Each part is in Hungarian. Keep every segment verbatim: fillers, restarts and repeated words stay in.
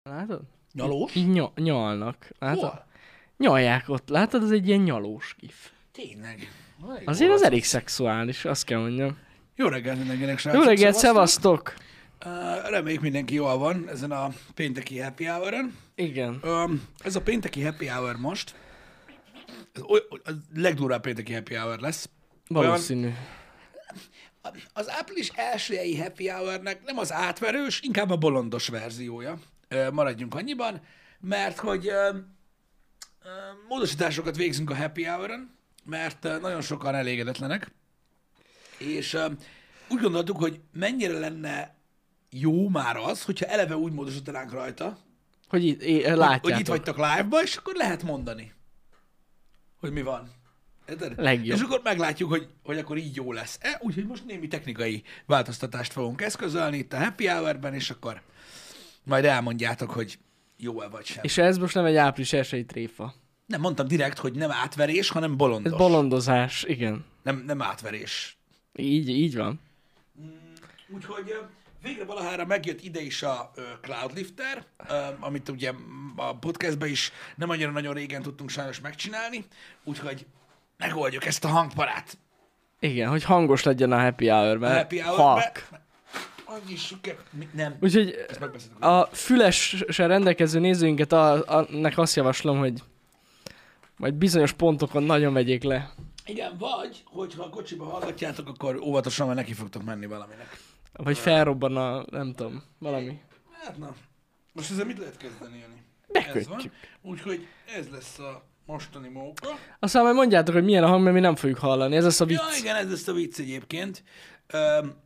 Látod? Nyalós? Így ny- nyalnak. Látod? Hol? Nyalják ott. Látod, ez egy ilyen nyalós kif. Tényleg. Azért az elég szexuális, azt kell mondjam. Jó reggelt mindenkinek, srácok. Jó reggelt, szevasztok! Uh, reméljük mindenki jól van ezen a pénteki happy hour-en. Igen. Um, ez a pénteki happy hour most, ez oly- a legdurvább pénteki happy hour lesz. Valószínű. Olyan, az április elsőjei happy hour-nek nem az átverős, inkább a bolondos verziója. Uh, maradjunk annyiban, mert hogy uh, uh, módosításokat végzünk a happy hour-en, mert uh, nagyon sokan elégedetlenek, és uh, úgy gondoltuk, hogy mennyire lenne jó már az, hogyha eleve úgy módosítanánk rajta, Hogy itt, é, hogy, látjátok. hogy itt vagytok live-ba, és akkor lehet mondani, hogy mi van. Érted? Legjobb. És akkor meglátjuk, hogy, hogy akkor így jó lesz. E, úgyhogy most némi technikai változtatást fogunk eszközölni itt a happy hour-ben, és akkor majd elmondjátok, hogy jó-e vagy sem. És ez most nem egy április elsői tréfa. Nem, mondtam direkt, hogy nem átverés, hanem bolondos. Ez bolondozás, igen. Nem, nem átverés. Így, így van. Úgyhogy ö, végre valahára megjött ide is a ö, Cloudlifter, ö, amit ugye a podcastben is nem annyira nagyon régen tudtunk sajnos megcsinálni, úgyhogy megoldjuk ezt a hangparát. Igen, hogy hangos legyen a happy hour-ben. A happy hour Halk. Annyi siker... Mi- Nem. Úgyhogy Ezt megbeszéltük. a fülessel rendelkező nézőinket a, a, nek azt javaslom, hogy majd bizonyos pontokon nagyon vegyék le. Igen, vagy, hogyha a kocsiba hallgatjátok, akkor óvatosan, mert neki fogtok menni valaminek. Vagy felrobban a, nem tudom, valami. Hát na, most ezzel mit lehet kezdeni, Jani? Bekötjük. Ez van. Úgyhogy ez lesz a mostani móka. Aztán majd mondjátok, hogy milyen a hang, mert mi nem fogjuk hallani. Ez lesz a vicc. Ja, igen, ez lesz a vicc egyébként. Um,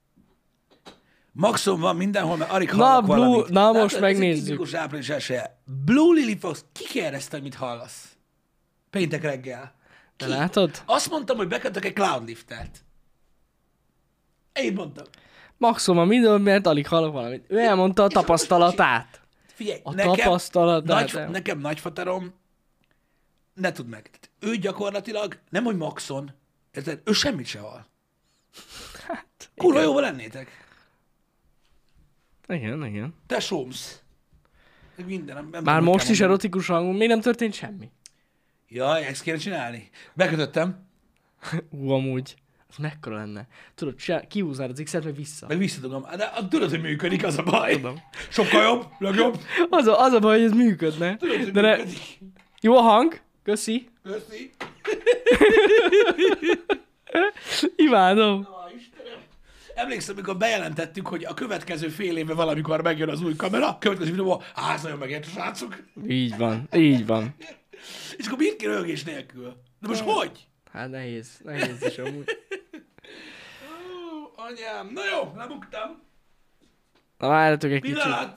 Maxon van mindenhol, mert alig Na, hallok Blue- valamit. na, Látod, most ez megnézzük. egy tipikus április elsője. Blue Lily Fox, ki kérdezte, hogy mit hallasz? Péntek reggel. Te látod? Azt mondtam, hogy bekötök egy Cloudliftert. Én mondtam. Maximum a midőn, mert alig hallok valamit. Ő elmondta a És most tapasztalatát. Figyelj, A nekem, tapasztalatát. nagy, nekem nagyfaterom, ne tudd meg, tehát ő gyakorlatilag, nem hogy Maxon, érted, ő semmit se hall. Hát, Kurva igen. jóval lennétek. Igen, igen. Te Soms. Meg minden. Nem, nem Már tudom, most hogy is kell erotikus hangunk, még nem történt semmi. mondani. Jaj, ezt kéne csinálni. Bekötöttem, Ú, amúgy. Az mekkora lenne. Tudod, csinál- kihúznád az X-et, meg vissza. meg visszadugom. De a- tudod, hogy működik, az a baj. Tudom. Sokkal jobb, legjobb. Az a, az a baj, hogy ez működne. Tudod, hogy De ne... működik. Jó a hang. Köszi. Köszi. Imádom. Na, Istenem. Emlékszem, amikor bejelentettük, hogy a következő fél évben valamikor megjön az új kamera, következő videóban, á, ez nagyon megért a srácok. Így van. Így van. És akkor bírt ki röhögés nélkül. De most hogy? Hát nehéz. Nehéz is amúgy. Ó, anyám, na jó, lebuktam. Na várjatok egy kicsit. Pillanat.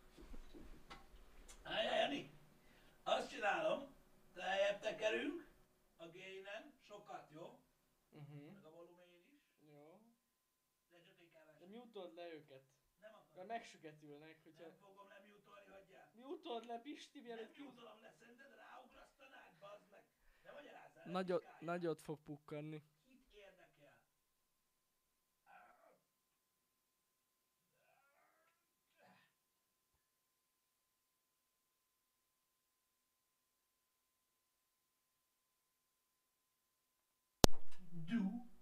Álljál, Jani. Azt csinálom, lejjebb tekerünk a gainen, sokat, jó? Uh-huh. Meg a volumen is. Jó. De csak egy keveset. De mutod le őket. Nem akarom. Mert megsüketülnek, hogyha... Nem fogom lemutolni, hagyjál. Mutod le, Pisti, Nem mielőtt ki... jutolom le, szerinted ráugrasztanák, bazd meg. Ne magyarázzál, ne Nagyot, piszkálj. nagyot fog pukkanni. Kit érdekel? Do.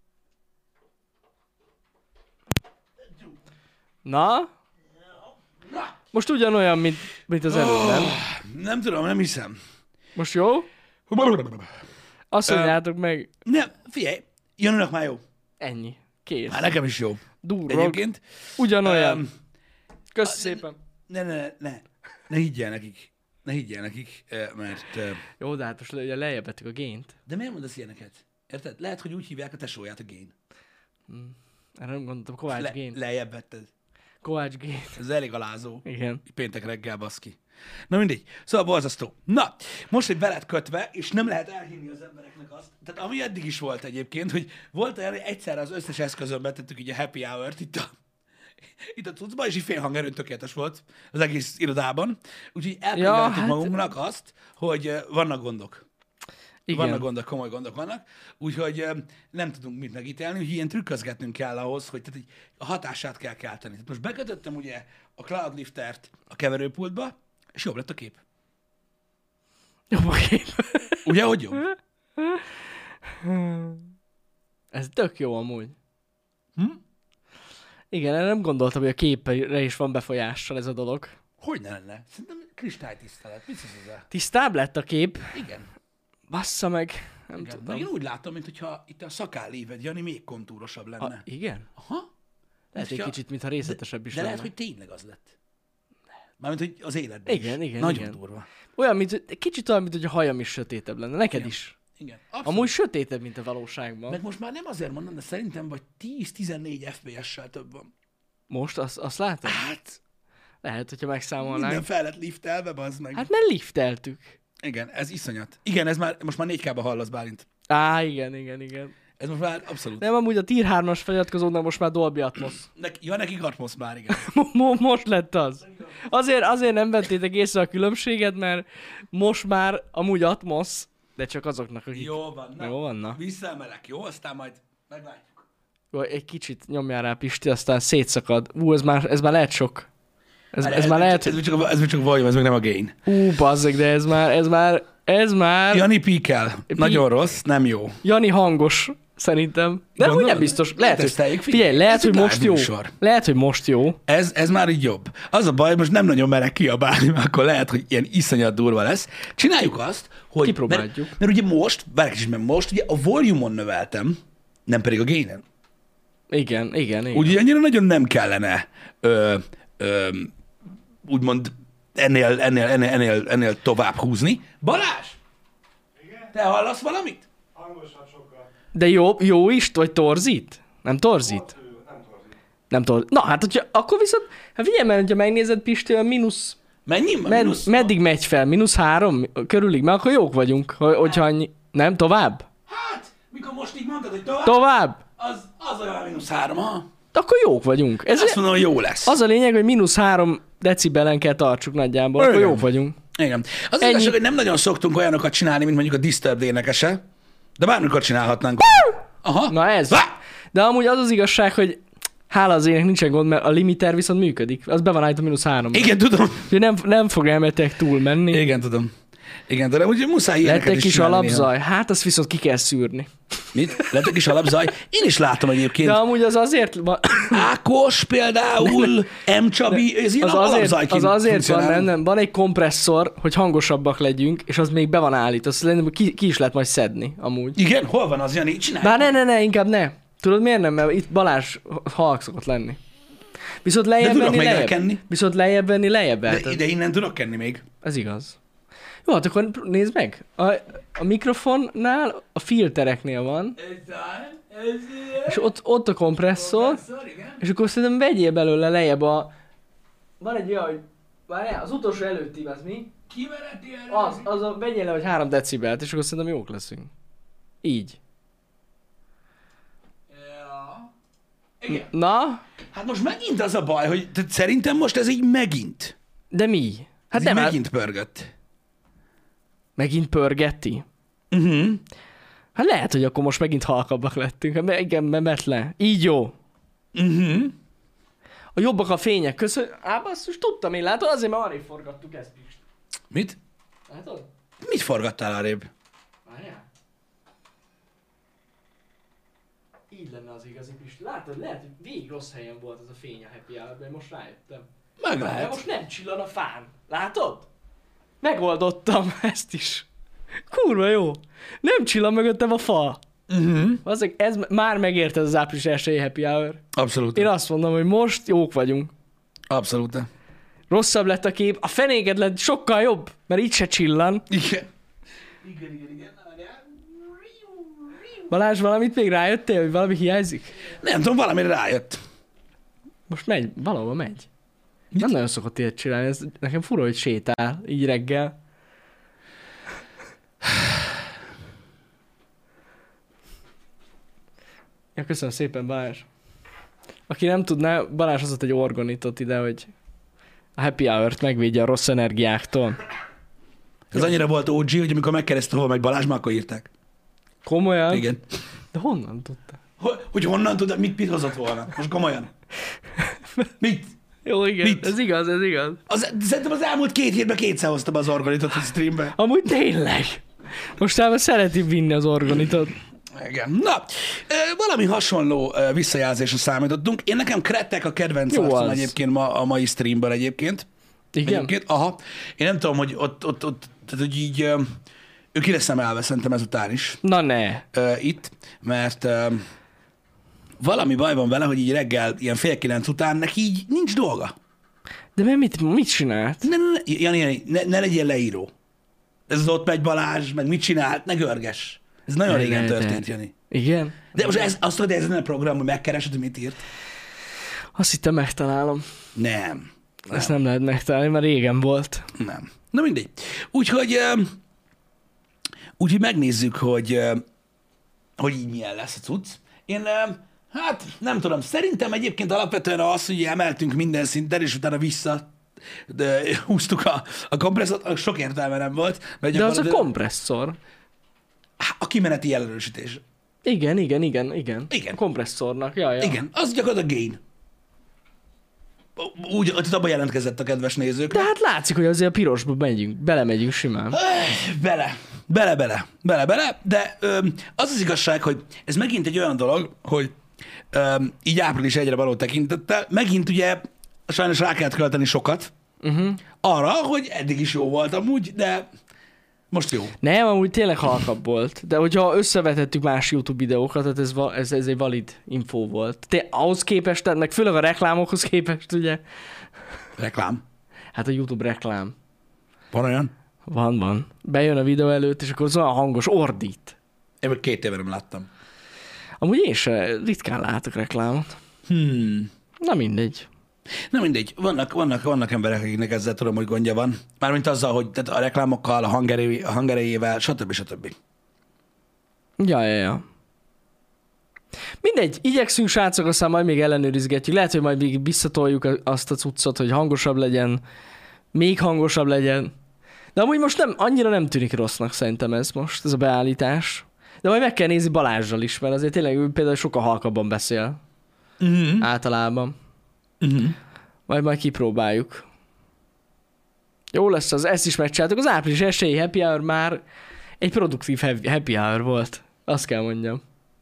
Do. Na? Na, Most ugyanolyan, mint, mint az előbb, nem? nem tudom, nem hiszem. Most jó? Azt mondjátok meg, Nem, figyelj, Janinak már jó. ennyi. Kész. Hát nekem is jó. Durrog. Egyébként. Ugyanolyan. Öm, Kösz szépen. Ne, ne, ne, ne. Ne higgyél nekik. Ne higgyél nekik, eh, mert... eh, Jó, de hát most ugye lejjebb vettük a gént. De miért mondasz ilyeneket? Érted? Lehet, hogy úgy hívják a tesóját a Gain. Erre nem gondoltam. Kovács Le, gént. lejjebb vetted. Kovács gént. Ez elég alázó. Igen. Péntek reggel, baszki. Na mindegy. Szóval borzasztó. Na, most, hogy veled kötve, és nem lehet elhinni az embereknek azt, tehát ami eddig is volt egyébként, hogy volt olyan, hogy egyszerre az összes eszközön betettük így a happy hour-t itt a, itt a cuccba, és így félhangerőn tökéletes volt az egész irodában. Úgyhogy elkönyveltük Ja, hát- magunknak azt, hogy eh, vannak gondok. Igen. Vannak gondok, komoly gondok vannak, úgyhogy ö, nem tudunk mit megítélni, hogy ilyen trükközgetnünk kell ahhoz, hogy, tehát, hogy a hatását kell kelteni. Tehát most bekötöttem ugye a Cloud Liftert a keverőpultba, és jobb lett a kép. Jobb a kép. Ugye, hogy jobb? Ez tök jó amúgy. Hm? Igen, erre nem gondoltam, hogy a képre is van befolyással ez a dolog. Hogy ne lenne? Szerintem kristálytiszta lett. Mit szólsz hozzá? Tisztább lett a kép? Igen. Bassza meg. Nem Igen. tudom. De én úgy látom, mintha itt a szakálléved, Jani, még kontúrosabb lenne. A, igen? Aha. Lehet egy hogyha- kicsit, mintha részletesebb is De lehet, lenne. hogy tényleg az lett. Mármint, hogy az életben Igen, is. igen, Nagyon igen. durva. Olyan, mint, kicsit olyan, mint hogy a hajam is sötétebb lenne. Neked Igen. is. Igen. Abszolút. Amúgy sötétebb, mint a valóságban. Meg most már nem azért mondom, de szerintem vagy tíz-tizennégy ef pé es-sel több van. Most azt, azt látod? Hát, Lehet, hogyha megszámolnánk. minden fel lett liftelve, bazd meg. Hát mert lifteltük. Igen, ez iszonyat. Igen, ez már, most már négy ká-ba hallasz, Bálint. Á, igen, igen, igen. Ez most már abszolút. Nem, amúgy a Tier hármas feliratkozóknak most már Dolby Atmos. Nek, ja, nekik Atmos már, igen. Mo- mo- most lett az. Azért, azért nem vettétek észre a különbséget, mert most már amúgy Atmos, de csak azoknak, akik... Jó van, na. Jó van, na. Visszaemelek, jó? Aztán majd meglátjuk. Jó, egy kicsit nyomjál rá, Pisti, aztán szétszakad. Ú, ez már, ez már lehet sok. Ez, ez, már lehet, Ez, ez, csak, ez csak volume, ez meg nem a gain. ú, bazzeg, de ez már, ez már, ez már Jani píkel. Nagyon rossz, nem jó. Jani hangos, szerintem. De úgy Gondolod? nem biztos. Lehet, hogy, Teszteljük, figyelj, figyelj, lehet, ez egy hogy most live jó. műsor. Lehet, hogy most jó. Ez, ez már így jobb. Az a baj, most nem nagyon merek kiabálni, mert akkor lehet, hogy ilyen iszonyat durva lesz. Csináljuk azt, hogy... Kipróbáljuk. Mert, mert ugye most, bárki is, mert most ugye a volume-on növeltem, nem pedig a gainen. Igen, igen, igen. Úgyhogy annyira nagyon nem kellene ö, ö, úgymond ennél, ennél, ennél, ennél, ennél tovább húzni. Balázs! Igen? Te hallasz valamit? Hangosabb sokkal. De jó, jó is, vagy torzít? Nem torzít? Ott ül, nem torzít. Nem torzít. Na, hát hogyha, akkor viszont, hát figyelj, mert ha megnézed, Pisti, a mínusz, Mennyi? med, Minusz? meddig megy fel? Mínusz három körülig? Mert akkor jók vagyunk, hogy- hogyha annyi, nem, tovább? Hát, mikor most így mondtad, hogy tovább, Tovább? az, az olyan mínusz három, ha? Akkor jók vagyunk. Ez, Azt mondom, hogy jó lesz. az a lényeg, hogy mínusz három decibelen kell tartsuk nagyjából, akkor Igen. jók vagyunk. Igen. Az Ennyi. igazság, hogy nem nagyon szoktunk olyanokat csinálni, mint mondjuk a Disturbed énekese, de bármikor csinálhatnánk. Aha. Na ez. Vá! De amúgy az az igazság, hogy hála az ének nincsen gond, mert a limiter viszont működik. Az be van állítva mínusz három. Igen, tudom. Úgyhogy nem, nem fog elmetek túl menni. Igen, tudom. Igen, de úgy muszáj Lett ilyeneket egy is kis csinálni alapzaj, hát azt viszont ki kell szűrni. néha. Mit? Lett egy kis alapzaj? Én is látom egyébként. De amúgy az azért van, Ákos például, M. Csabi, ez ilyen az azért, alapzajként az azért van, funkcionál. nem, nem, van egy kompresszor, hogy hangosabbak legyünk, és az még be van állítva. Azt szerintem ki, ki is lehet majd szedni, amúgy. Igen, hol van az, Jani? Csinálj. Bár ne, ne, ne, inkább ne. Tudod miért nem? Mert itt Balázs halk szokott lenni. Viszont lejjebb tudok venni, még lejjebb. elkenni. Viszont lejjebb venni, lejjebb De veheted. ide innen tudok kenni még. Ez igaz. Jó, hát akkor nézd meg. A, a mikrofonnál, a filtereknél van, Ez ez és ott, ott a kompresszor, és akkor szerintem vegyél belőle lejjebb a... Van egy olyan, hogy... Várjál, az utolsó előtti, az mi? Kivereti Az, az a, vegyél le, hogy három decibelt, és akkor szerintem jók leszünk. Így. Ja. Igen. Na, Hát most megint az a baj, hogy tehát szerintem most ez így megint. de mi? Hát Ez nem, így megint... megint pörgött. megint pörgetti. Uh-huh. Hát lehet, hogy akkor most megint halkabbak lettünk. Hát igen, mert ment le. Így jó. Uh-huh. A jobbak a fények. Köszön... Á, basszus, tudtam én, látod? Azért már arrébb forgattuk ezt, Pist. Mit? Látod? Mit forgattál arrébb? Várjál. Így lenne az igazi Pisti. Látod, lehet, hogy végig rossz helyen volt ez a fény a happy hour-ben, most rájöttem. Meg De lehet. most nem csillan a fán. Látod? Megoldottam ezt is. Kurva jó. Nem csillan mögöttem a fa. Uh-huh. Azok, ez már megérte az április elsői happy hour. Abszolút. Én azt mondom, hogy most jók vagyunk. Abszolút. Rosszabb lett a kép, a fenéked lett sokkal jobb, mert így se csillan. Igen. Igen, igen, igen. Balázs, valamit még rájöttél, hogy valami hiányzik? Nem tudom, valamire rájött. Most megy, valahova megy. Nem nagyon szokott ilyet csinálni, ez nekem fura, hogy sétál így reggel. Ja, köszönöm szépen, Balázs. Aki nem tudná, Balázs hozott egy orgonitot ide, hogy a happy hour-t megvédje a rossz energiáktól. Ez annyira volt ó gé, hogy amikor megkérdezte, hol megy Balázs, már akkor írták. Komolyan? Igen. De honnan tudta? Hogy, hogy honnan tudod, mit, mit hozott volna? Most komolyan. Mit? Jó, igen, Mit? ez igaz, ez igaz. Az, szerintem az elmúlt két hétben kétszer hozta be az organitot a streambe. Amúgy tényleg. Mostában szereti vinni az organitot. Igen. Na, ö, valami hasonló ö, visszajelzésre számítottunk. Én nekem Krettek a kedvenc Jó arcom az. egyébként ma, a mai streamben egyébként. Igen? Egyébként, aha. Én nem tudom, hogy ott, ott, ott tehát, hogy így ö, ő ki lesz emelve szerintem ezután is Na ne. ö, itt, mert ö, valami baj van vele, hogy így reggel, ilyen fél kilenc után neki így nincs dolga. De mert mit, mit csinált? Ne, ne, ne, Jani, Jani, ne, ne legyél leíró. Ez az ott megy Balázs, meg mit csinált, ne görges. Ez nagyon Ne, régen ne, történt, de- Jani. Igen? De most ez, azt tudod, hogy ez nem a program, hogy megkeresed, hogy mit írt? Azt hittem megtalálom. Nem. Ezt nem lehet megtalálni, mert régen volt. Nem. Na mindegy. Úgyhogy, öm, úgyhogy megnézzük, hogy, öm, hogy így milyen lesz a cucc. Én, öm, hát nem tudom, szerintem egyébként alapvetően az, hogy emeltünk minden szinten, és utána vissza de húztuk a, a kompresszort, sok értelme nem volt. Mert De az a gyakorlatilag- kompresszor. a kimeneti ellenőrzítés. Igen, igen, igen, igen. Igen. A kompresszornak, ja, ja. Igen, az gyakorlatilag gain. Úgy, hogy abban jelentkezett a kedves nézők. De hát látszik, hogy azért a pirosba megyünk, belemegyünk simán. Bele, bele, bele, bele, bele, de öm, az az igazság, hogy ez megint egy olyan dolog, hogy öm, így április egyre való tekintettel, megint ugye sajnos rá kellett költeni sokat Uh-huh. arra, hogy eddig is jó volt amúgy, de most jó. Nem, amúgy tényleg halkabb volt. De hogyha összevetettük más YouTube videókat, tehát ez, va- ez, ez egy valid info volt. Te ahhoz képest, tehát meg főleg a reklámokhoz képest, ugye? Reklám. Hát a YouTube reklám. Van olyan? Van, van. Bejön a videó előtt, és akkor az olyan hangos, ordít. Én meg két éve nem láttam. Amúgy én se ritkán látok reklámot. Hmm. Na mindegy. Na mindegy, vannak, vannak, vannak emberek, akiknek ezzel tudom, hogy gondja van. Mármint azzal, hogy tehát a reklámokkal, a hangerejé, a hangerejével, stb. stb. Ja, ja, ja. Mindegy, igyekszünk, srácok, aztán majd még ellenőrizgetjük. Lehet, hogy majd még visszatoljuk azt a cuccot, hogy hangosabb legyen, még hangosabb legyen. De amúgy most nem, annyira nem tűnik rossznak szerintem ez most, ez a beállítás. De majd meg kell nézni Balázsral is, mert azért tényleg ő például sokkal halkabban beszél. Mm-hmm. Általában. Mm-hmm. Majd majd kipróbáljuk. Jó lesz az, ezt is megcsináltuk. Az április elsői happy hour már egy produktív happy hour volt. Azt kell mondjam.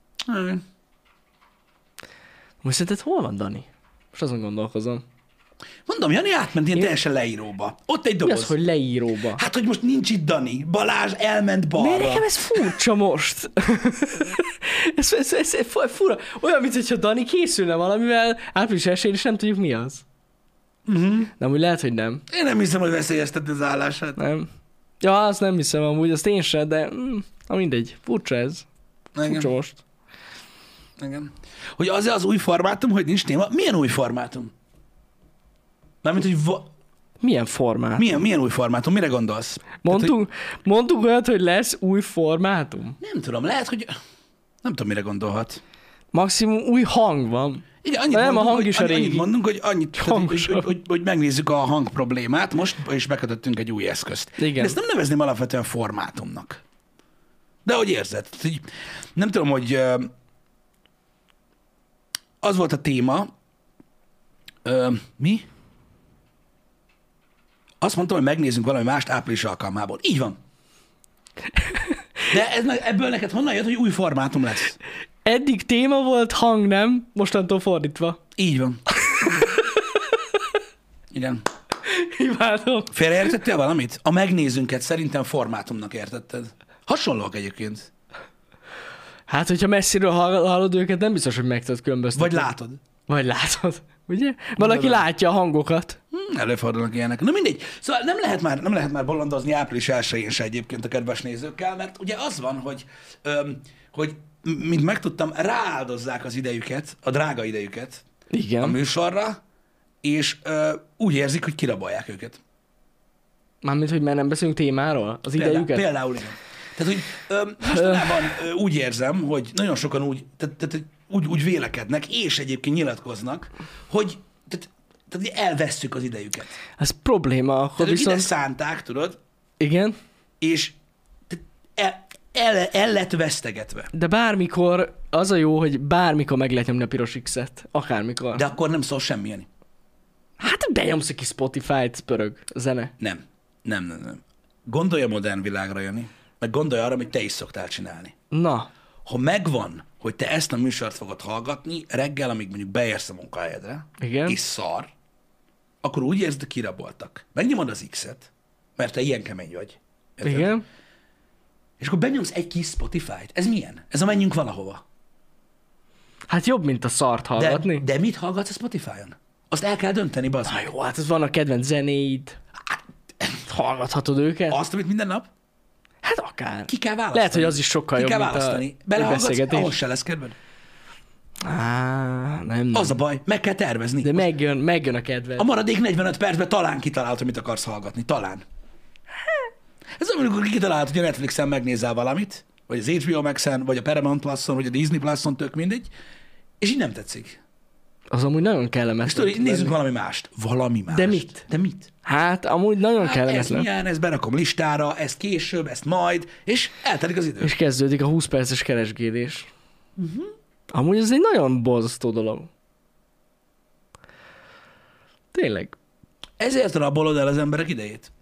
Most szerinted hol van Dani? Most azon gondolkozom. Mondom, Jani átment ilyen Én- teljesen leíróba. Ott egy Mi doboz. az, hogy leíróba? Hát, hogy most nincs itt Dani. Balázs elment balra. Miért nekem ez furcsa most? ez, ez, ez, ez fura. Olyan, mintha Dani készülne valamivel április elsőjén, és nem tudjuk mi az. Uh-huh. De amúgy lehet, hogy nem. Én nem hiszem, hogy veszélyezteti az állását. Nem. Ja, azt nem hiszem amúgy, azt én sem, de mm, na mindegy. Furcsa ez. Furcsa Igen. most. Igen. Hogy az az új formátum, hogy nincs téma. Milyen új formátum? Mármint, hogy va- Milyen formát? milyen, milyen új formátum? Mire gondolsz? Mondtunk, mondtunk olyat, hogy lesz új formátum? Tehát, hogy nem tudom, lehet, hogy... Nem tudom, mire gondolhat. Maximum új hang van. Igen, annyit De nem, mondunk, a hang hogy, is a annyi- régi. Annyit mondunk, hogy, annyit, tehát, hogy, hogy, Hangosabb. hogy, hogy, hogy megnézzük a hang problémát most, és bekötöttünk egy új eszközt. Igen. De ezt nem nevezném alapvetően formátumnak. De hogy érzed? Tehát, hogy nem tudom, hogy ö, az volt a téma. Ö, mi? Azt mondtam, hogy megnézzünk valami mást április alkalmából. Így van. De ez, meg- ebből neked honnan jött, hogy új formátum lesz? Eddig téma volt, hang nem, mostantól fordítva. Így van. Igen. Imádom. Félreértettél valamit? A megnézünket szerintem formátumnak értetted. Hasonlóak egyébként. Hát, hogyha messziről hall- hallod őket, nem biztos, hogy meg tudod különböztetni. Vagy látod. Vagy látod. Ugye? Valaki Mondom. látja a hangokat. Hm, előfordulnak ilyenek. Na mindegy. Szóval nem lehet már, nem lehet már bolondozni április elsőjén se egyébként a kedves nézőkkel, mert ugye az van, hogy, öm, hogy m- mint megtudtam, rááldozzák az idejüket, a drága idejüket Igen. a műsorra, és ö, úgy érzik, hogy kirabolják őket. Mármint, hogy már nem beszélünk témáról? Az Például, idejüket? például igen. Tehát, hogy ö, mostanában ö, úgy érzem, hogy nagyon sokan úgy, tehát, tehát, hogy úgy, úgy vélekednek, és egyébként nyilatkoznak, hogy tehát, tehát, hogy elvesszük az idejüket. Ez probléma, akkor Tehát ők viszont... ide szánták, tudod, Igen? és el, el, el lett vesztegetve. De bármikor, az a jó, hogy bármikor meg lehet nyomni a piros X-et. Akármikor. De akkor nem szól semmilyen. Hát benyomsz egy kis Spotify-t, pörög a zene. Nem. Nem, nem, nem. Gondolj a modern világra, Jani, meg gondolj arra, amit te is szoktál csinálni. Na, Ha megvan, hogy te ezt a műsort fogod hallgatni reggel, amíg mondjuk beérsz a munkahelyedre, igen. és szar, akkor úgy érzed, hogy kiraboltak. Megnyomod az X-et, mert te ilyen kemény vagy. Érted? Igen. És akkor benyomsz egy kis Spotify-t. Ez milyen? Ez a menjünk valahova. Hát jobb, mint a szart De, hallgatni. de mit hallgatsz a Spotify-on? Azt el kell dönteni, bazd Na meg. jó, hát ez van a kedvenc zenéid. Hallgathatod őket? Azt, amit minden nap? Hát akár. Ki kell választani. Lehet, hogy az is sokkal Ki jobb, kell mint a választani. Belehallgatsz, beszélgetés. ahhoz se lesz kedved. Á, nem, nem. Az a baj, meg kell tervezni. De megjön, megjön a kedved. A maradék negyvenöt percben talán kitalálod, amit akarsz hallgatni. Talán. Ez olyan, amikor kitalálod, hogy a Netflixen megnézel valamit, vagy az há bé o Max-en, vagy a Paramount Plus-on, vagy a Disney Plus-on, tök mindegy, és így nem tetszik. Az amúgy nagyon És kellemetlen. tudod, így nézzünk valami mást. Valami mást. De mit? De mit? Hát, amúgy nagyon Hát ez kellemetlen. milyen, ezt berakom listára, ezt később, ezt majd, és eltelik az idő. És kezdődik a húsz perces keresgélés. Mhm. Uh-huh. Amúgy ez egy nagyon borzasztó dolog. Tényleg. Ezért rabolod el az emberek idejét.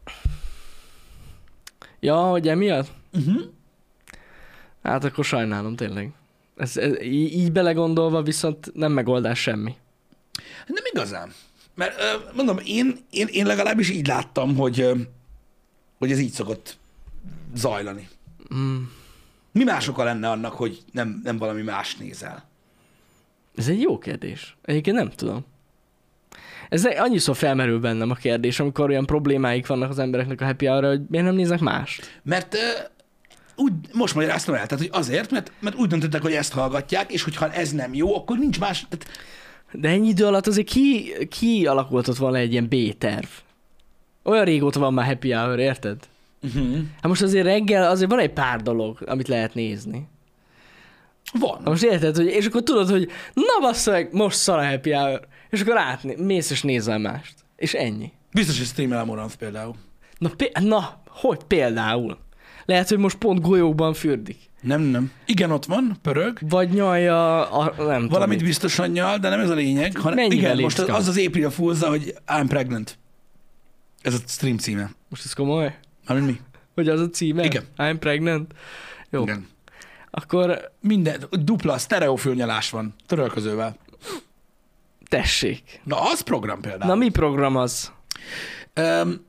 Ja, hogy emiatt? Uh-huh. Hát akkor sajnálom, tényleg. Ez, ez, í- így belegondolva viszont nem megoldás semmi. Nem igazán. Mert ö, mondom, én, én, én legalábbis így láttam, hogy, ö, hogy ez így szokott zajlani. Mm. Mi más oka lenne annak, hogy nem, nem valami más nézel? Ez egy jó kérdés. Egyébként nem tudom. Ez egy- annyiszor felmerül bennem a kérdés, amikor olyan problémáik vannak az embereknek a happy hour hogy miért nem néznek mást. Mert ö, úgy, most magyaráztam el, tehát, hogy azért, mert, mert úgy döntöttek, hogy ezt hallgatják, és hogyha ez nem jó, akkor nincs más. Tehát, De ennyi idő alatt azért ki, ki alakultott volna egy ilyen B-terv? Olyan régóta van már happy hour, érted? uh-huh. Hát most azért reggel azért van egy pár dolog, amit lehet nézni. Van. Hát most érted, hogy, és akkor tudod, hogy na bassza meg, most szar a happy hour, és akkor átné, mész és nézel mást. És ennyi. Biztos, hogy streamel a Moranth például. Na, pé- na, hogy például? Lehet, hogy most pont golyókban fürdik. Nem, nem. Igen, ott van, pörög. Vagy nyalja, a, nem Valamit tudom. biztosan nyal, de nem ez a lényeg. Hanem, Mennyivel igen, most az, lépsz az az April Fool's, hogy I'm pregnant. Ez a stream címe. Most ez komoly? Mármint mi? Hogy az a címe? Igen. I'm pregnant? Jó. Igen. Akkor Minden, dupla, sztereó fülnyalás van, törölközővel. tessék. Na, az program például. Na mi program az? Um,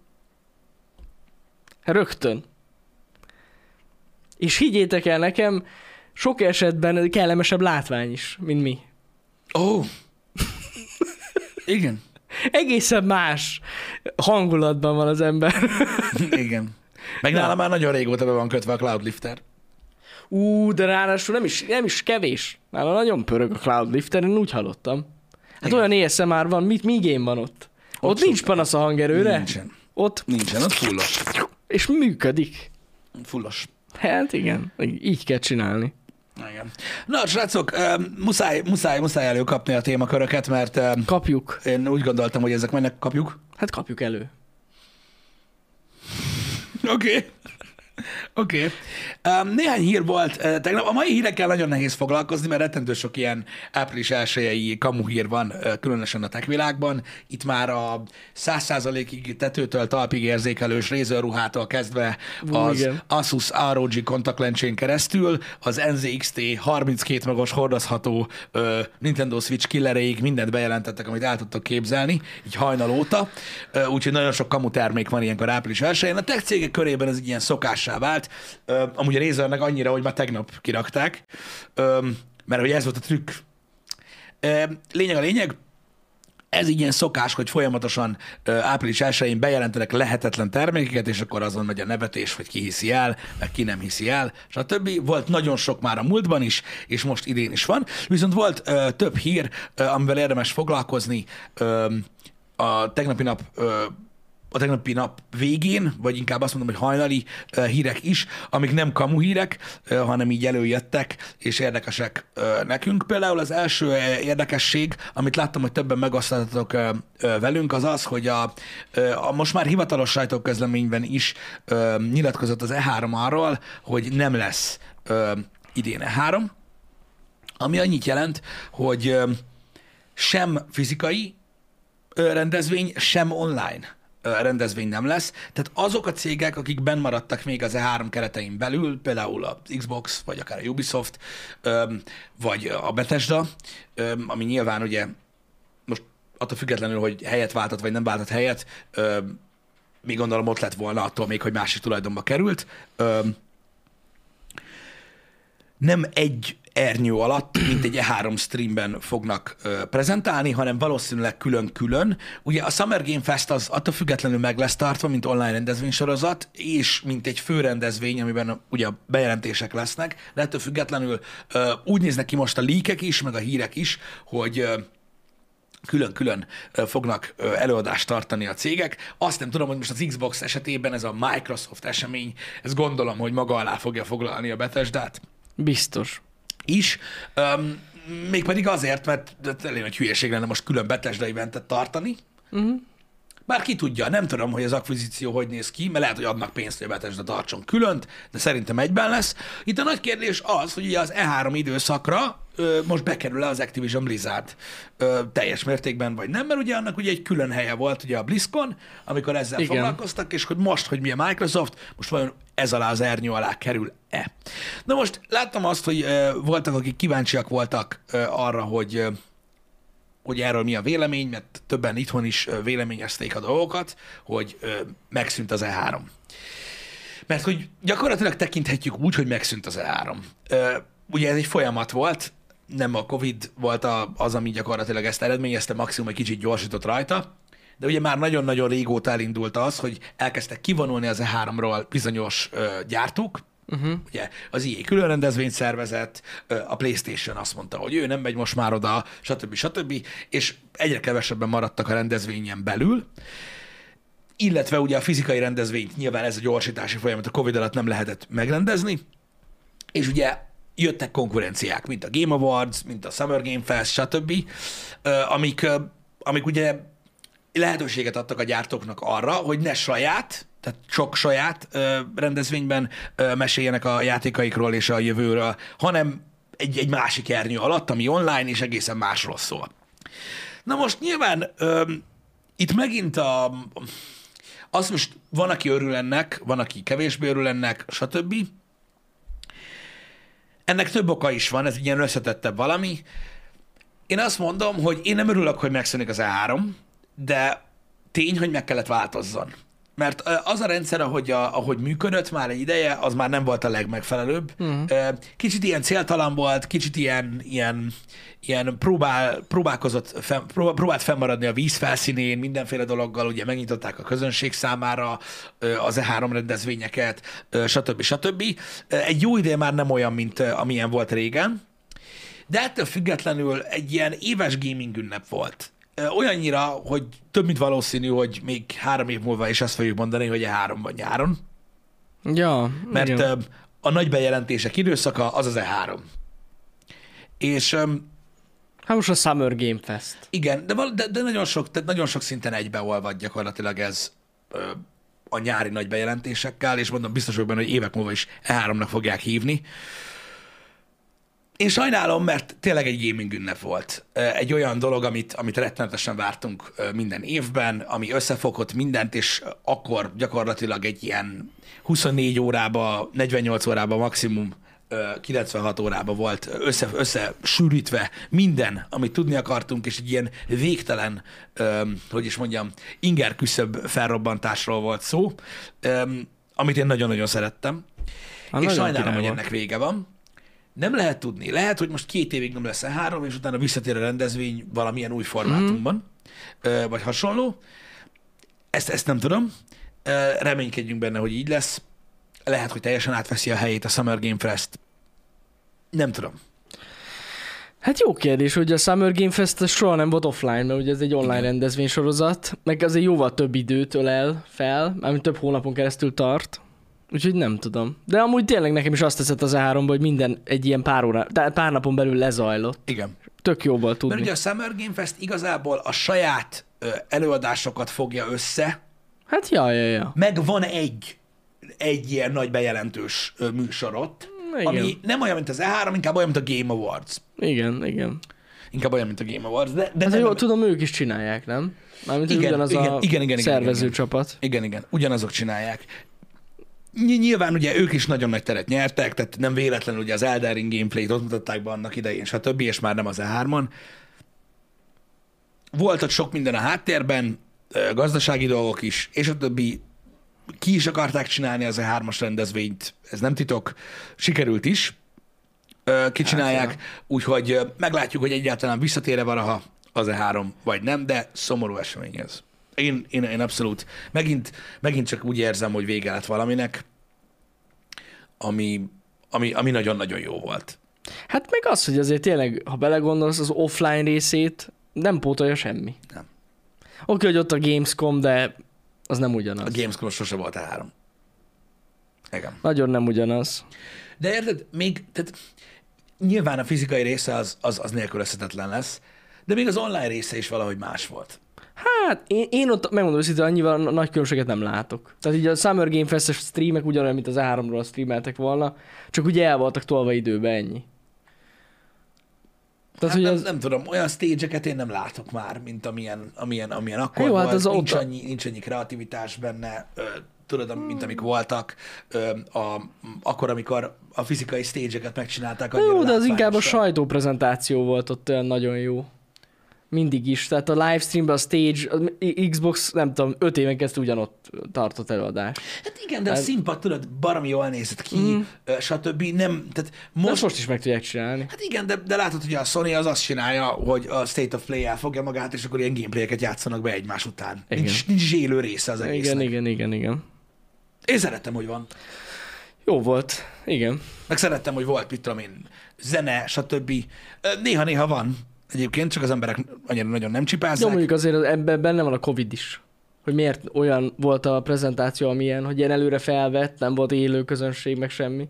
Rögtön. És higgyétek el nekem, sok esetben kellemesebb látvány is, mint mi. ó. Igen. Egészen más hangulatban van az ember. Igen. Meg nálam már nagyon régóta be van kötve a Cloudlifter. Ú, de ráadásul nem is, nem is kevés. Nála nagyon pörög a Cloudlifter, én úgy hallottam. Hát Igen. olyan észre már van, mit mígén van ott. Ott, Ott nincs szuper. panasz a hangerőre. Nincsen. Ott, Nincsen, ott fullos. és működik. Fullos. Hát igen, így kell csinálni. Igen. Na, srácok, um, muszáj, muszáj, muszáj előkapni a témaköröket, mert um, Kapjuk. én úgy gondoltam, hogy ezek mennek, kapjuk. Hát kapjuk elő. Oké. Okay. Oké. Okay. Um, néhány hír volt uh, tegnap. A mai hírekkel nagyon nehéz foglalkozni, mert rettentő sok ilyen április elsőjei kamu hír van, uh, különösen a tech világban. Itt már a száz százalékig tetőtől talpig érzékelős Razer-ruhától kezdve Ú, az igen. Asus R O G kontaktlencsén keresztül, az N Z X T harminckét magos hordozható uh, Nintendo Switch killereig mindent bejelentettek, amit el tudtok képzelni, így hajnal óta. Uh, úgyhogy nagyon sok kamu termék van ilyenkor április elsőjén. A tech cégek körében ez egy ilyen szokássá vált. Uh, amúgy a Razernek annyira, hogy már tegnap kirakták, uh, mert hogy ez volt a trükk. Uh, lényeg a lényeg, ez így ilyen szokás, hogy folyamatosan uh, április elsőjén bejelentenek lehetetlen termékeket, és akkor azon megy a nevetés, hogy ki hiszi el, meg ki nem hiszi el, stb. Volt nagyon sok már a múltban is, és most idén is van. Viszont volt uh, több hír, uh, amivel érdemes foglalkozni. Uh, a tegnapi nap uh, a tegnapi nap végén, vagy inkább azt mondom, hogy hajnali uh, hírek is, amik nem kamu hírek, uh, hanem így előjöttek, és érdekesek uh, nekünk. Például az első uh, érdekesség, amit láttam, hogy többen megosztottatok uh, uh, velünk, az az, hogy a, uh, a most már hivatalos sajtóközleményben is uh, nyilatkozott az E három arról, hogy nem lesz uh, idén E három, ami annyit jelent, hogy uh, sem fizikai uh, rendezvény, sem online rendezvény nem lesz. Tehát azok a cégek, akik benn maradtak még az E három keretein belül, például az Xbox, vagy akár a Ubisoft, vagy a Bethesda, ami nyilván ugye most attól függetlenül, hogy helyet váltott, vagy nem váltott helyet, még gondolom ott lett volna attól még, hogy másik tulajdonba került. Nem egy ernyő alatt, mint egy E három streamben fognak ö, prezentálni, hanem valószínűleg külön-külön. Ugye a Summer Game Fest az attól függetlenül meg lesz tartva, mint online rendezvénysorozat, és mint egy főrendezvény, amiben ugye a bejelentések lesznek, de ettől függetlenül ö, úgy néznek ki most a leakek is, meg a hírek is, hogy ö, külön-külön ö, fognak ö, előadást tartani a cégek. Azt nem tudom, hogy most az Xbox esetében ez a Microsoft esemény, ez gondolom, hogy maga alá fogja foglalni a Bethesdát. Biztos. Is, um, mégpedig azért, mert elég nagy hülyeség lenne most külön Bethesda eventet tartani. Uh-huh. Bár ki tudja, nem tudom, hogy az akvizíció hogy néz ki, mert lehet, hogy adnak pénzt, hogy a Bethesda tartson különt, de szerintem egyben lesz. Itt a nagy kérdés az, hogy ugye az E három időszakra ö, most bekerül-e az Activision Blizzard ö, teljes mértékben, vagy nem, mert ugye annak ugye egy külön helye volt ugye a BlizzCon, amikor ezzel Igen. foglalkoztak, és hogy most, hogy mi a Microsoft, most vajon ez alá az ernyő alá kerül-e. Na most láttam azt, hogy ö, voltak, akik kíváncsiak voltak ö, arra, hogy ö, hogy erről mi a vélemény, mert többen itthon is véleményezték a dolgokat, hogy ö, megszűnt az E három. Mert hogy gyakorlatilag tekinthetjük úgy, hogy megszűnt az E három. Ö, ugye ez egy folyamat volt, nem a Covid volt a, az, ami gyakorlatilag ezt eredményezte, maximum egy kicsit gyorsított rajta, de ugye már nagyon-nagyon régóta elindult az, hogy elkezdtek kivonulni az E háromról bizonyos ö, gyártók. Uh-huh. Ugye az i á külön rendezvényt szervezett, a PlayStation azt mondta, hogy ő nem megy most már oda, stb. stb. És egyre kevesebben maradtak a rendezvényen belül, illetve ugye a fizikai rendezvényt nyilván ez a gyorsítási folyamat a Covid alatt nem lehetett megrendezni, és ugye jöttek konkurenciák, mint a Game Awards, mint a Summer Game Fest, stb., amik, amik ugye lehetőséget adtak a gyártóknak arra, hogy ne saját, tehát sok saját ö, rendezvényben ö, meséljenek a játékaikról és a jövőről, hanem egy, egy másik ernyő alatt, ami online és egészen másról szól. Na most nyilván ö, itt megint a, az most van, aki örül ennek, van, aki kevésbé örül ennek, stb. Ennek több oka is van, ez egy ilyen összetettebb valami. Én azt mondom, hogy én nem örülök, hogy megszűnik az E három, de tény, hogy meg kellett változzon. Mert az a rendszer, ahogy, a, ahogy működött már egy ideje, az már nem volt a legmegfelelőbb. Uh-huh. Kicsit ilyen céltalan volt, kicsit ilyen, ilyen, ilyen próbál, próbálkozott, fenn, próbált fennmaradni a víz felszínén, mindenféle dologgal, ugye megnyitották a közönség számára az E három rendezvényeket, stb. stb. Egy jó ideje már nem olyan, mint amilyen volt régen, de ettől függetlenül egy ilyen éves gaming ünnep volt. Olyannyira, hogy több mint valószínű, hogy még három év múlva is azt fogjuk mondani, hogy E három van nyáron. Ja. Mert igen. a nagy bejelentések időszaka az az E három. És... Hát most a Summer Game Fest. Igen, de, de, de nagyon, sok, de nagyon sok szinten egybeolvad gyakorlatilag ez a nyári nagy bejelentésekkel, és mondom, biztos vagyok benne, hogy évek múlva is E háromnak fogják hívni. Én sajnálom, mert tényleg egy gaming ünnep volt. Egy olyan dolog, amit, amit rettenetesen vártunk minden évben, ami összefogott mindent, és akkor gyakorlatilag egy ilyen huszonnégy órába, negyvennyolc órába maximum kilencvenhat órába volt össze, összesűrítve minden, amit tudni akartunk, és egy ilyen végtelen, hogy is mondjam, inger küszöbb felrobbantásról volt szó, amit én nagyon-nagyon szerettem. Ha, és sajnálom, hogy ennek vége van. Nem lehet tudni. Lehet, hogy most két évig nem lesz E három, és utána visszatér a rendezvény valamilyen új formátumban, mm. vagy hasonló. Ezt, ezt nem tudom. Reménykedjünk benne, hogy így lesz. Lehet, hogy teljesen átveszi a helyét a Summer Game Fest. Nem tudom. Hát jó kérdés, hogy a Summer Game Fest soha nem volt offline, mert ugye ez egy online Igen. rendezvénysorozat, meg azért jóval több időt ölel fel, mármint több hónapon keresztül tart. Úgyhogy nem tudom. De amúgy tényleg nekem is azt teszett az E háromba, hogy minden egy ilyen pár óra, tehát pár napon belül lezajlott. Igen. Tök jó volt tudni. Mert ugye a Summer Game Fest igazából a saját ö, előadásokat fogja össze, Hát ja, ja, ja. meg van egy, egy ilyen nagy bejelentős ö, műsorot, Igen. ami nem olyan, mint az E három, inkább olyan, mint a Game Awards. Igen, igen. Inkább olyan, mint a Game Awards, de, de Hát nem, jól tudom, ők is csinálják, nem? Mármint Igen, ugyanaz igen, a igen, igen, igen, szervező igen. csapat. Igen, igen, ugyanazok csinálják. Ny- Nyilván ugye ők is nagyon nagy teret nyertek, tehát nem véletlenül ugye az Elden Ring gameplayt ott mutatták be annak idején, stb., és már nem az E hármon. Volt ott sok minden a háttérben, ö, gazdasági dolgok is, és a többi. Ki is akarták csinálni az E hármas rendezvényt, ez nem titok, sikerült is, ö, kicsinálják, Hát, úgyhogy ö, meglátjuk, hogy egyáltalán visszatér-e valaha az E három, vagy nem, de szomorú esemény ez. Én, én, én abszolút, megint, megint csak úgy érzem, hogy vége lett valaminek, ami, ami, ami nagyon-nagyon jó volt. Hát meg az, hogy azért tényleg, ha belegondolsz, az offline részét nem pótolja semmi. Nem. Oké, hogy ott a Gamescom, de az nem ugyanaz. A Gamescom sose volt E három. Igen. Nagyon nem ugyanaz. De érted, még, tehát nyilván a fizikai része az, az, az nélkülözhetetlen lesz, de még az online része is valahogy más volt. Hát én, én ott megmondom őszintén, annyival nagy különbséget nem látok. Tehát így a Summer Game Fest-es streamek ugyanolyan, mint az E háromról streameltek volna, csak ugye el voltak tolva időbe, ennyi. Tehát, Hát hogy nem, az... nem tudom, olyan stage-eket én nem látok már, mint amilyen, amilyen, amilyen akkor Jó, hát volt. az nincs, ott- annyi, nincs annyi kreativitás benne, ö, tudod, mint amik voltak, ö, a, akkor, amikor a fizikai stage-eket megcsinálták. annyira Jó, de az inkább a látványosan. sajtóprezentáció volt ott olyan nagyon jó. Mindig is. Tehát a livestreamben a stage, az Xbox, nem tudom, öt éven keresztül ugyanott tartott előadás. Hát igen, de a Hát- színpad, tudod, baromi jól nézett ki, Mm. ö, stb. Nem, tehát Most, most, most is meg tudják csinálni. hát igen, de, de látod, hogy a Sony az azt csinálja, hogy a State of Play elfogja magát, és akkor ilyen gameplayeket játszanak be egymás után. Igen. Nincs, nincs is élő része az egésznek. Igen, igen, igen, igen. Én szerettem, hogy van. Jó volt. Igen. Meg szerettem, hogy volt, mit tudom én, zene, stb. Ö, Néha-néha van. Egyébként csak az emberek annyira nagyon nem Jó, csipázzák. mondjuk azért az- ebben benne van a Covid is. Hogy miért olyan volt a prezentáció, amilyen, hogy ilyen előre felvett, nem volt élő közönség, meg semmi.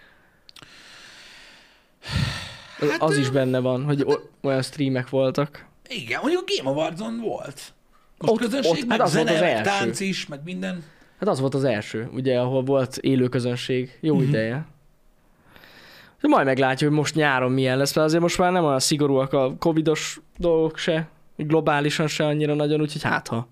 Az, Hát, az ö, is benne van, hogy o- olyan streamek voltak. Igen, mondjuk a Game Awards-on volt. Most Ott- közönség, ott- meg hát az volt zene, az meg első. tánc is, meg minden. Hát az volt az első, ugye, ahol volt élő közönség. Jó Mhm. uh-huh. ideje. De majd meglátjuk, hogy most nyáron milyen lesz, mert azért most már nem olyan szigorúak a covidos dolgok se, globálisan se annyira nagyon, úgyhogy hát ha.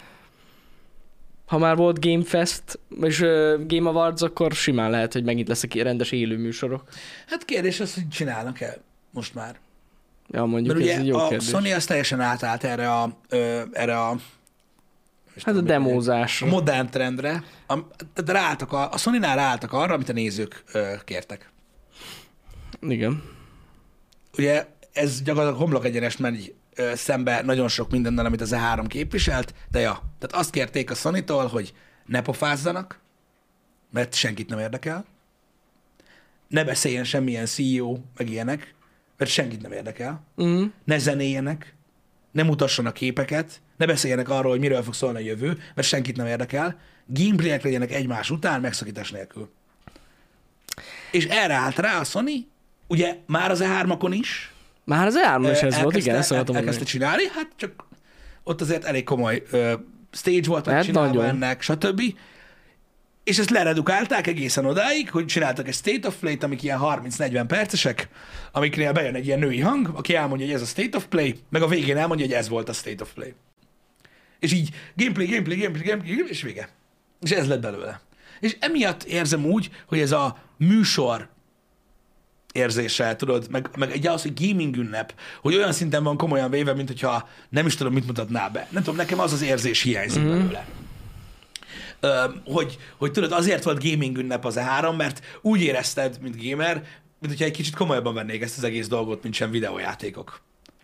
Ha már volt Game Fest, és uh, Game Awards, akkor simán lehet, hogy megint lesznek ilyen rendes élő műsorok. Hát kérdés az, hogy csinálnak-e most már. Ja, mondjuk Mert ez egy ugye jó a kérdés. Sony az teljesen átállt erre a, ö, erre a Hát a demózás. a modern trendre. A, tehát ráálltak a, a Sony-nál ráálltak arra, amit a nézők ö, kértek. Igen. Ugye ez gyakorlatilag homlok egyenest megy ö, szembe nagyon sok mindennel, amit az E három képviselt, de ja, tehát azt kérték a Sony-tól, hogy ne pofázzanak, mert senkit nem érdekel, ne beszéljen semmilyen C E O, meg ilyenek, mert senkit nem érdekel, Mm. ne zenéljenek, ne mutassanak képeket, ne beszéljenek arról, hogy miről fog szólni a jövő, mert senkit nem érdekel, gameplayek legyenek egymás után, megszakítás nélkül. És erre állt rá a Sony, ugye már az E hármakon is, Már az E három is ez volt, igen, ezt el, akartam elkezdte mondani. csinálni, hát csak ott azért elég komoly ö, stage volt Hát megcsinálva nagyon. ennek, stb. És ezt leredukálták egészen odáig, hogy csináltak egy State of Play-t, amik ilyen harminc-negyven percesek, amiknél bejön egy ilyen női hang, aki elmondja, hogy ez a State of Play, meg a végén elmondja, hogy ez volt a State of Play. És így gameplay, gameplay, gameplay, gameplay, és vége. És ez lett belőle. És emiatt érzem úgy, hogy ez a műsor érzéssel, tudod, meg, meg egy az, hogy gaming ünnep, hogy olyan szinten van komolyan véve, mint hogyha nem is tudom, mit mutatná be. Nem tudom, nekem az az érzés hiányzik mm-hmm. belőle. Ö, hogy, hogy tudod, azért volt gaming ünnep az E három, mert úgy érezted, mint gamer, mint hogyha egy kicsit komolyabban vennék ezt az egész dolgot, mint sem videójátékok.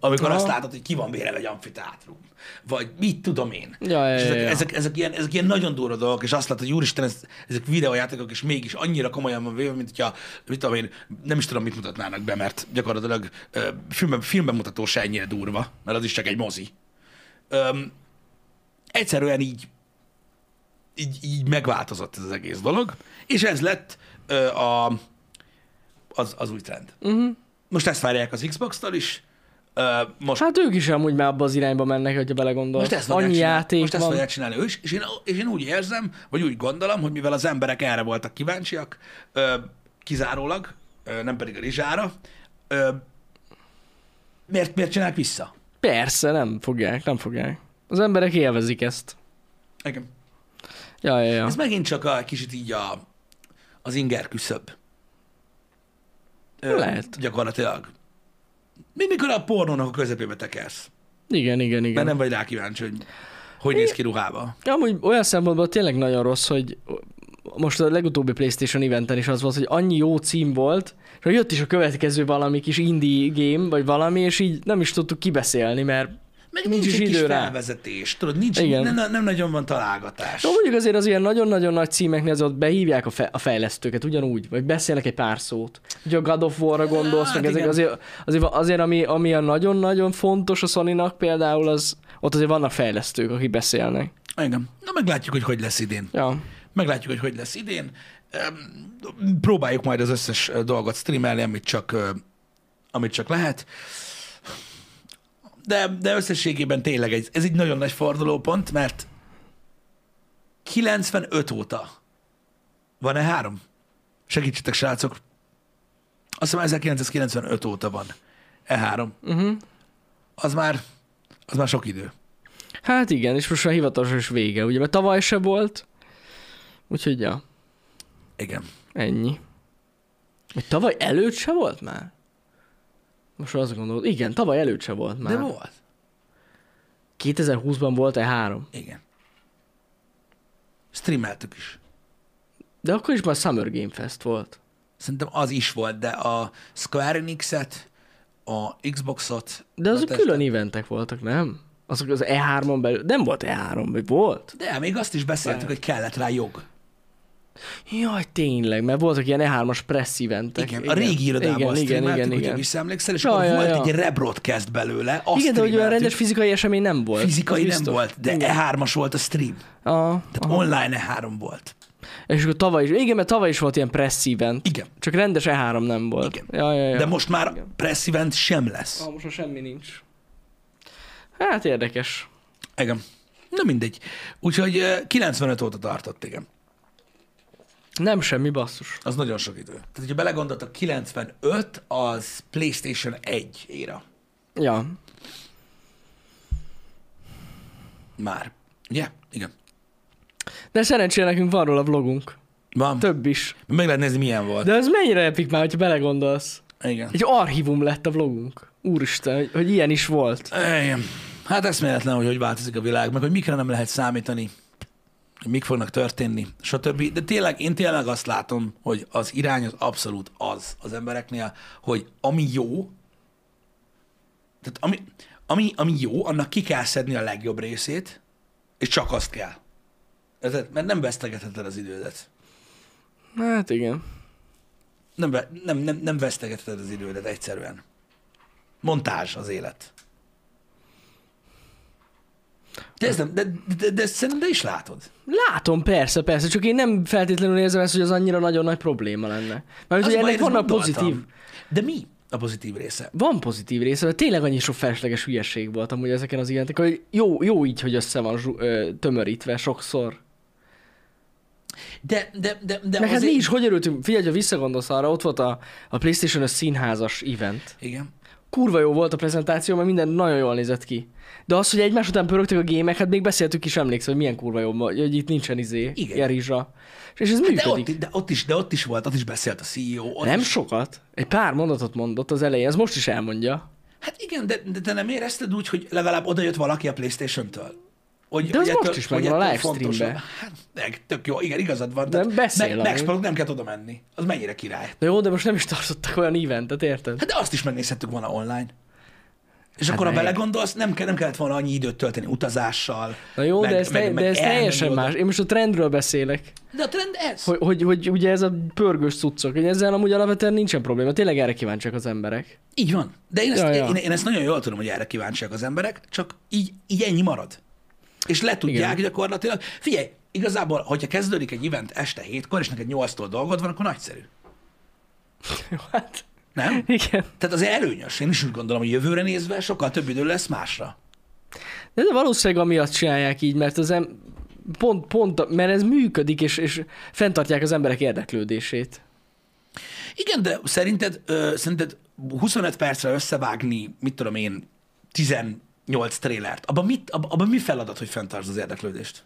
amikor Aha. azt látod, hogy ki van bérel egy amfiteátrum. Vagy mit tudom én. Ja, ja, és ja, ezek, ja. ezek, ezek, ilyen, ezek ilyen nagyon durva dolgok, és azt látod, hogy úristen, ez, ezek videójátékok, és mégis annyira komolyan van véve, mint hogyha, mit tudom én, nem is tudom, mit mutatnának be, mert gyakorlatilag ö, filmben, filmben mutató se ennyire durva, mert az is csak egy mozi. Öm, egyszerűen így, így, így megváltozott ez az egész dolog, és ez lett ö, a, az, az új trend. Uh-huh. Most ezt várják az Xbox-tól is, ö, most, Hát ők is amúgy már abba az irányba mennek, hogyha belegondolsz. most ezt fogják Annyi csinálni, játék most ezt van. fogják csinálni ő is, és én, és én úgy érzem, vagy úgy gondolom, hogy mivel az emberek erre voltak kíváncsiak, ö, kizárólag, ö, nem pedig a rizsára, ö, miért, miért csinálják vissza? Persze, nem fogják, nem fogják. Az emberek élvezik ezt. Igen. Ja, ja, ja. Ez megint csak a kicsit így a, az inger küszöb. Ö, Lehet. Gyakorlatilag. Mint mikor a pornónak a közepébe tekersz. Igen, igen, igen. Mert nem vagy rá kíváncsi, hogy hogy néz ki ruhába. Amúgy olyan szempontból tényleg nagyon rossz, hogy most a legutóbbi PlayStation eventen is az volt, hogy annyi jó cím volt, és hogy jött is a következő valami kis indie game, vagy valami, és így nem is tudtuk kibeszélni, mert Meg nincs nincs, is egy kis idő rá. felvezetés, tudod, nincs, Igen. nem, nem nagyon van találgatás. No, mondjuk azért az ilyen nagyon-nagyon nagy címeknél azért ott behívják a, fe- a fejlesztőket ugyanúgy, vagy beszélnek egy pár szót. Ugye a God of War-ra gondolsz, Hát meg ezek igen. azért, azért, azért ami, ami a nagyon-nagyon fontos a Sony-nak például, az, ott azért vannak fejlesztők, akik beszélnek. Igen. Na meglátjuk, hogy hogy lesz idén. Ja. Meglátjuk, hogy hogy lesz idén. Öm, Próbáljuk majd az összes ö, dolgot streamelni, amit csak, ö, amit csak lehet. De, de összességében tényleg egy, ez egy nagyon nagy fordulópont, mert kilencvenöt óta van-e három? Segítsetek, srácok. Azt hiszem ezerkilencszázkilencvenöt óta van E három. Uh-huh. Az már, az már sok idő. Hát igen, és most a hivatalos is vége, ugye, mert tavaly se volt, úgyhogy ja, Igen. ennyi. Vagy tavaly előtt se volt már? Most azt gondolod, igen, tavaly előtt se volt már. De volt. kétezer-húszban volt E három. Igen. Streameltük is. De akkor is már Summer Game Fest volt. Szerintem az is volt, de a Square Enix-et, a Xboxot... De azok betestem. külön eventek voltak, nem? Azok az E hármon belül, nem volt E három, vagy volt? De még azt is beszéltük, hogy kellett rá jog. Jaj, tényleg, mert voltak ilyen E hármas press eventek. Igen, a régi irodában igen, igen, streameltük, igen, hogyha igen. visszaemlékszel, és Ja, akkor ja, volt ja. egy rebroadcast belőle, azt Igen, de hogy olyan streameltük. rendes fizikai esemény nem volt. Fizikai Az nem biztos. volt, de Igen. E hármas volt a stream. Aha, Tehát aha. online E három volt. És akkor tavaly is, igen, mert tavaly is volt ilyen press event. Igen. Csak rendes E három nem volt. Igen. Ja, ja, ja. De most már Igen. press event sem lesz. Ah, most már semmi nincs. Hát érdekes. Igen. Na mindegy. Úgyhogy eh, kilencvenöt óta tartott, igen. Nem semmi basszus. Az nagyon sok idő. Tehát, hogyha belegondoltak, kilencvenöt az PlayStation egy éra. Ja. Már. Ugye? Igen. De szerencsére nekünk van róla vlogunk. Van. Több is. Meg lehet nézni, milyen volt. De ez mennyire epik már, hogyha belegondolsz. Igen. Egy archívum lett a vlogunk. Úristen, hogy, hogy ilyen is volt. Igen. Hát eszméletlen, hogy hogy változik a világ, meg hogy mikre nem lehet számítani, hogy mik fognak történni, stb. De tényleg, én tényleg azt látom, hogy az irány az abszolút az az embereknél, hogy ami jó, tehát ami, ami, ami jó, annak ki kell szedni a legjobb részét, és csak azt kell. Érted? Mert nem vesztegetheted az idődet. Hát igen. Nem, ve- nem, nem, nem vesztegetheted az idődet egyszerűen. Montázs az élet. De, ez nem, de, de, de, de ezt szerintem de is látod. Látom, persze, persze, csak én nem feltétlenül érzem ezt, hogy az annyira nagyon nagy probléma lenne. Mert Az ugye a baj, ennek ezt vannak gondoltam. pozitív, De mi a pozitív része? van pozitív része, mert tényleg annyi sok felesleges hülyeség volt amúgy ezeken az ilyentek, hogy jó, jó így, hogy össze van zsu- ö, tömörítve sokszor. De, de, de, de Meg hát azért... mi is, hogy örültünk, figyelj, ha visszagondolsz arra, ott volt a, a PlayStation-ös színházas event. Igen. Kurva jó volt a prezentáció, mert minden nagyon jól nézett ki. De az, hogy egymás után pörögtek a gémek, hát még beszéltük is, emlékszel, hogy milyen kurva jó, hogy itt nincsen izé, Igen. ilyen rizsa. És ez De működik. ott, de, ott is, de ott is volt, ott is beszélt a cé e o. Ott Nem is... sokat. Egy pár mondatot mondott az elején, ez most is elmondja. Hát igen, de, de te nem érezted úgy, hogy legalább oda jött valaki a PlayStation-től? Hogy, De az hogy most ettől- is hogy megvan a ettől livestreambe. fontosabb. Hát, meg, tök jó, igen, igazad van. De Tehát beszél meg, amúgy. Maxpolok nem kell oda menni. Az mennyire király. Na jó, de most nem is tartottak olyan eventet, érted? Hát de azt is megnézhettük volna online. És Hát akkor, ha ne- belegondolsz, nem, kell, nem kellett volna annyi időt tölteni utazással. Na jó, meg- de ez, meg- te, meg de ez elmenni teljesen oda. más. Én most a trendről beszélek. De a trend ez. Hogy, hogy, hogy ugye ez a pörgős cuccok, hogy ezzel amúgy alapvetően nincsen probléma. Tényleg erre kíváncsiak az emberek. Így van. De én ezt, Ja, ja, ja. Én, én ezt nagyon jól tudom, hogy erre kíváncsiak az emberek, csak így, így ennyi marad. És le tudják Igen. gyakorlatilag. Figyelj, igazából, hogyha kezdődik egy event este hétkor, és neked nyolctól dolgod van, akkor nagyszerű. Hát, Nem? igen. Tehát az előnyös. Én is úgy gondolom, hogy jövőre nézve sokkal több idő lesz másra. De, de valószínűleg amiatt csinálják így, mert az em- pont, pont, mert ez működik, és, és fenntartják az emberek érdeklődését. Igen, de szerinted, ö, szerinted huszonöt percre összevágni, mit tudom én, tizennyolc trélert, abban, mit, abban, abban mi feladat, hogy fenntartsd az érdeklődést?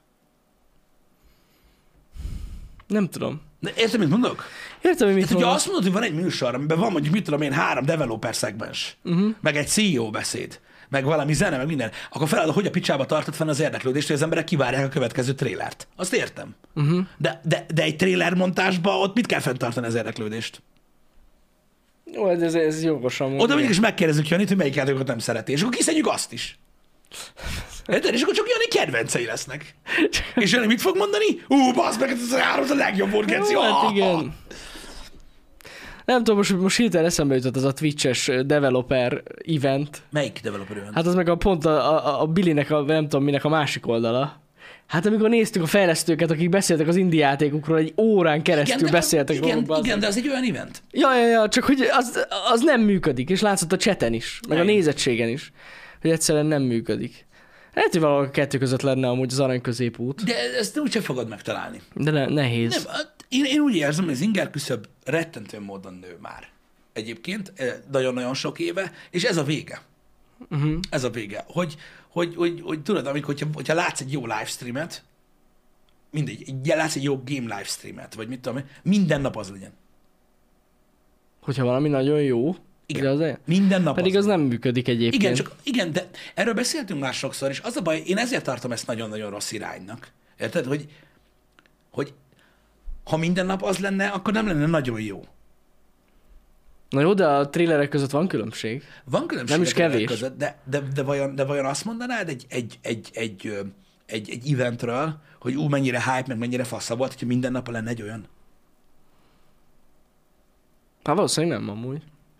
Nem tudom. De érted, mit mondok? Értem, hogy mit Tehát, hogyha mondasz. azt mondod, hogy van egy műsor, amiben van mondjuk, mit tudom én, három developer szegmens, uh-huh. meg egy cé e o beszéd, meg valami zene, meg minden, akkor feladat, hogy a picsába tartod fenn az érdeklődést, hogy az emberek kivárják a következő trélert. Azt értem. Uh-huh. De, de, de egy trélermontásban ott mit kell fenntartani az érdeklődést? Jó, ez, ez jogos amúgy. Oda mindig is megkérdezzük Janit, hogy melyik játékot nem szereti, és akkor kiszedjük azt is. Érted? És akkor csak Jani kedvencei lesznek. És Jani mit fog mondani? Ú, bassz meg, ez a három a legjobb volt, geci. Jó, hát Ah! igen. Nem tudom, most, most hirtelen eszembe jutott az a Twitch-es developer event. Melyik developer event? Hát az meg a pont a, a, a Billynek, a, nem tudom minek a másik oldala. Hát amikor néztük a fejlesztőket, akik beszéltek az indie játékokról, egy órán keresztül igen, de, beszéltek igen, róluk. igen, de az egy olyan event. Ja, ja, ja, csak hogy az, az nem működik, és látszott a chaten is, meg a Igen. nézettségen is, hogy egyszerűen nem működik. Lehet, hogy valahol a kettő között lenne amúgy az arany középút, De ezt úgyse fogod megtalálni. de ne, nehéz. Nem, hát én, én úgy érzem, hogy az inger küszöb rettentő módon nő már. Egyébként eh, nagyon-nagyon sok éve, és ez a vége. Uh-huh. Ez a vége. Hogy, hogy, hogy, hogy tudod, amikor, hogyha, hogyha látsz egy jó livestreamet, mindegy, egy, látsz egy jó game livestreamet, vagy mit tudom én, minden nap az legyen. Hogyha valami nagyon jó, Igen. ugye az, Minden nap pedig az az nem működik egyébként. Igen, csak, igen, de erről beszéltünk már sokszor, és az a baj, én ezért tartom ezt nagyon-nagyon rossz iránynak. Érted? Hogy, hogy ha minden nap az lenne, akkor nem lenne nagyon jó. Na jó, de a trélerek között van különbség. Van különbség Nem is a trailerek kevés. között, de, de, de, vajon, de vajon azt mondanád egy, egy, egy, egy, ö, egy, egy eventről, hogy ú, mennyire hype, meg mennyire fassa volt, hogyha minden nap lenne egy olyan? Hát valószínűleg nem amúgy.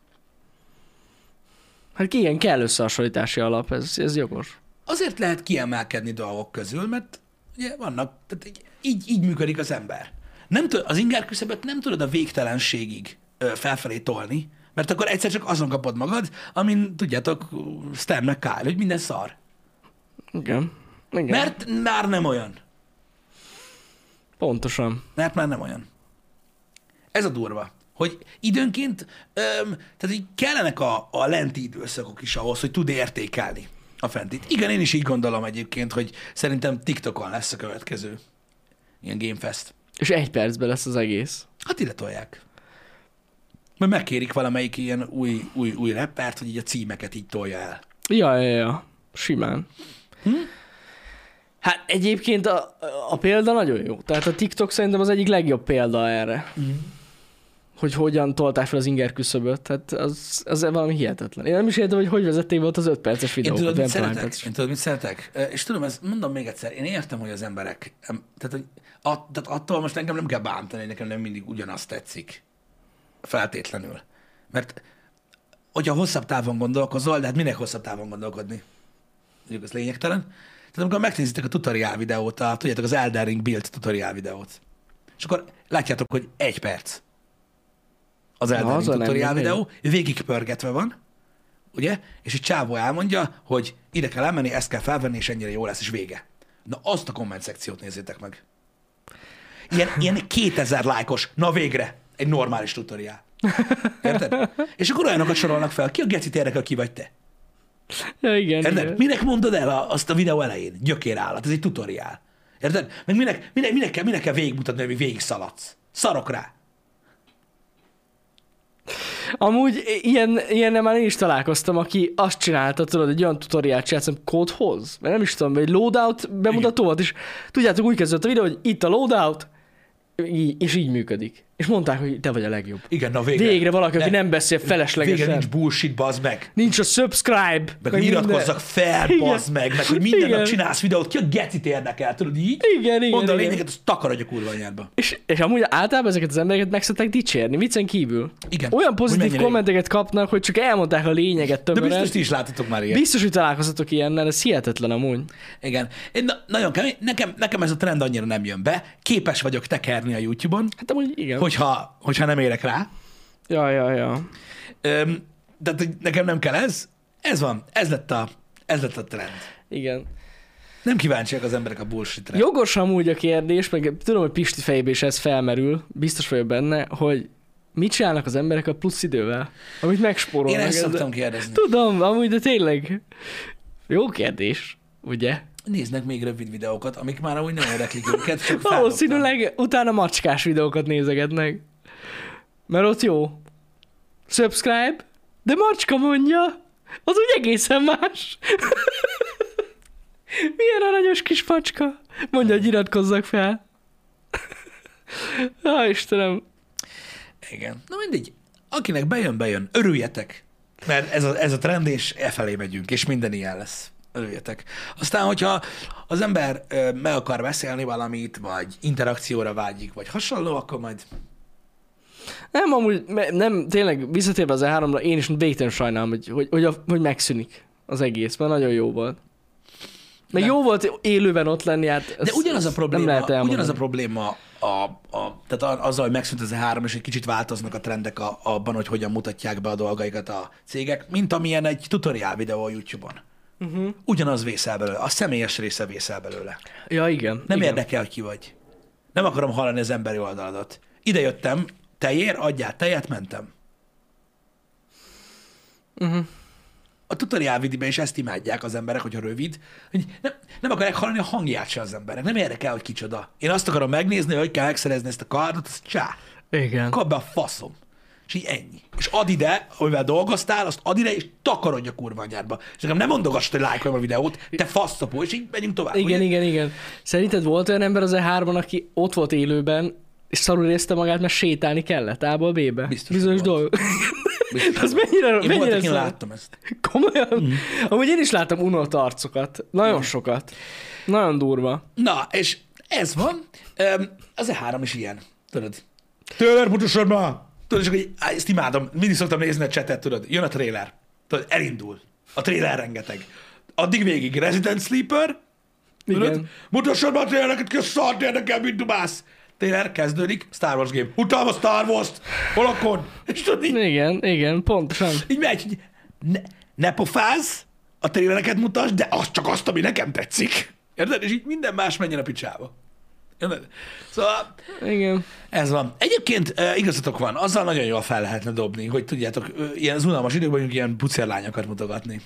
Hát igen, kell összehasonlítási alap, ez, ez jogos. Azért lehet kiemelkedni dolgok közül, mert ugye vannak, tehát így, így, így működik az ember. Nem tud, az inger küszöböt nem tudod a végtelenségig ö, felfelé tolni, mert akkor egyszer csak azon kapod magad, amin tudjátok, Stan meg Kyle, hogy minden szar. Igen. Igen. Mert már nem olyan. Pontosan. Mert már nem olyan. Ez a durva. Hogy időnként, öm, tehát így kellenek a, a lenti időszakok is ahhoz, hogy tud értékelni a fentit. Igen, én is így gondolom egyébként, hogy szerintem TikTokon lesz a következő ilyen Gamefest. És egy percben lesz az egész. Hát ide tolják. Majd megkérik valamelyik ilyen új, új, új rappert, hogy így a címeket így tolja el. Ja, ja, ja. Simán. Hm? Hát egyébként a, a példa nagyon jó. Tehát a TikTok szerintem az egyik legjobb példa erre. Mm. Hogy hogyan tolták fel az inger küszöböt. Tehát az, az valami hihetetlen. Én nem is értem, hogy hogy vezették volt az öt perces Én videókat. tudod, mit nem talán szeretek? perces. Én tudod, mit szeretek? Ö, És tudom, ezt mondom még egyszer, én értem, hogy az emberek, em, tehát, hogy at, tehát attól most engem nem kell bántani, hogy nekem nem mindig ugyanazt tetszik. Feltétlenül. Mert hogyha hosszabb távon gondolkozol, de hát minek hosszabb távon gondolkodni? Mondjuk ez lényegtelen. Tehát amikor megnézitek a tutorial videót, a, tudjátok, az Elden Ring build tutorial videót, és akkor látjátok, hogy egy perc az Elden Ring az a nem tutorial nem videó, végig pörgetve van, ugye? És egy csávó elmondja, hogy ide kell elmenni, ezt kell felvenni, és ennyire jó lesz, és vége. Na azt a komment szekciót nézzétek meg. Ilyen, ilyen kétezer lájkos, na végre, egy normális tutorial. Érted? És akkor olyanokat sorolnak fel, ki a gecit érdekel, ki vagy te? Ja, igen, Érted? igen. Minek mondod el a, azt a videó elején? Gyökérállat, ez egy tutoriál. Érted? Meg minek, minek, minek, kell, minek kell végigmutatni, hogy végig szaladsz? Szarok rá. Amúgy ilyen, ilyennel már én is találkoztam, aki azt csinálta, tudod, egy olyan tutoriát csináltam, kódhoz, mert nem is tudom, egy loadout bemutató volt, és tudjátok, úgy kezdődött a videó, hogy itt a loadout, így- és így működik. és mondták, hogy te vagy a legjobb. Igen, na végre. Végre valaki, aki Ne. nem beszél feleslegesen. Végre nincs bullshit, bazd meg. Nincs a subscribe. Meg hogy iratkozzak fel, Igen. bazd meg, meg hogy minden Igen. nap csinálsz videót, ki a gecit érdekel, tudod így? Igen, igen, Mondd a igen. lényeget, azt takarodj a kurva anyádba. És, és amúgy általában ezeket az embereket meg szokták dicsérni, viccen kívül. Igen. Olyan Hogy pozitív mennyire kommenteket kapnak, hogy csak elmondták a lényeget De tömören. biztos ti is láttatok már ilyet. Biztos, hogy találkozatok ilyennel, ez hihetetlen amúgy. Igen. Én na- nagyon kemény. Nekem, nekem ez a trend annyira nem jön be. Képes vagyok tekerni a YouTube-on, Hát amúgy igen. hogyha, hogyha nem érek rá. Ja, ja, ja. Öm, de hogy nekem nem kell ez. Ez van. Ez lett a, ez lett a trend. Igen. Nem kíváncsiak az emberek a bullshitre. Jogos amúgy a kérdés, meg tudom, hogy Pisti fejében is ez felmerül, biztos vagyok benne, hogy mit csinálnak az emberek a plusz idővel, amit megspórolnak. Én ezt ezzel. szoktam kérdezni. Tudom, amúgy, de tényleg. Jó kérdés, ugye? Néznek még rövid videókat, amik már amúgy nem érdeklik őket, csak feldobtam. Valószínűleg utána macskás videókat nézegetnek. Mert ott jó. Subscribe, de macska mondja, az úgy egészen más. Milyen aranyos kis macska. Mondja, hogy iratkozzak fel. Á, Istenem. Igen. Na mindegy. Akinek bejön, bejön. Örüljetek. Mert ez a, ez a trend, és e felé megyünk, és minden ilyen lesz. Örüljetek. Aztán, hogyha az ember ö, meg akar beszélni valamit, vagy interakcióra vágyik, vagy hasonló, akkor majd Nem, amúgy me- nem, tényleg visszatérve az E háromra, én is végtelen sajnálom, hogy, hogy, hogy, a, hogy megszűnik az egész, mert nagyon jó volt. Meg Nem. jó volt élőben ott lenni, hát De ezt- ugyanaz a ezt probléma, nem lehet elmondani. ugyanaz a probléma a, a, tehát a- azzal, hogy megszűnt az E három, és egy kicsit változnak a trendek a, abban, hogy hogyan mutatják be a dolgaikat a cégek, mint amilyen egy tutoriál videó a YouTube-on. Uh-huh. Ugyanaz vészel belőle, a személyes része vészel belőle. Ja, igen. Nem igen. érdekel, hogy ki vagy. Nem akarom hallani az emberi oldaladat. Ide jöttem, tejér, adjál tejet, mentem. Uh-huh. A tutoriál videóban is ezt imádják az emberek, hogyha rövid, hogy nem, nem akarják hallani a hangját se az emberek. Nem érdekel, hogy kicsoda. Én azt akarom megnézni, hogy kell megszerezni ezt a kardot, az csá. Igen. Kap be a faszom. És így ennyi. És add ide, amivel dolgoztál, azt add ide, és takarodj a kurva anyádba. És nekem nem mondogass, hogy lájkoljam a videót, te faszopó, és így megyünk tovább. Igen, ugye? igen, igen. Szerinted volt olyan ember az E háromban, aki ott volt élőben, és szarul érezte magát, mert sétálni kellett A-ból B-be? Biztos, Bizonyos hogy volt. dolgok. Biztos, Az hogy mennyire, Én volt, mennyire aki szar? láttam ezt. Komolyan? Mhm. Mm. Amúgy én is láttam unott arcokat. Nagyon sokat. Nagyon durva. Na, és ez van. Öm, Az E három is ilyen. Tudod? Trailer, mutassad már! Tudod, és akkor így, á, ezt imádom. Mindig szoktam nézni a csetet, tudod? Jön a trailer. Tudod, elindul. A trailer rengeteg. Addig végig Resident Sleeper. Tudod? Igen. Mutassad már a trailereket, ki a szart érdekel, mit dubálsz. Trailer kezdődik, Star Wars game. Utána Star Wars-t. Hol akkor? És tudod, így, Igen, igen, pontosan. így megy, hogy ne, ne pofázz, a trailereket mutasd, de az csak azt, ami nekem tetszik. Érted? És így minden más menjen a picsába. Érted? Szóval Igen. ez van. Egyébként uh, igazatok van, azzal nagyon jól fel lehetne dobni, hogy tudjátok, uh, ilyen unalmas időkben mondjuk ilyen pucérlányokat mutogatni.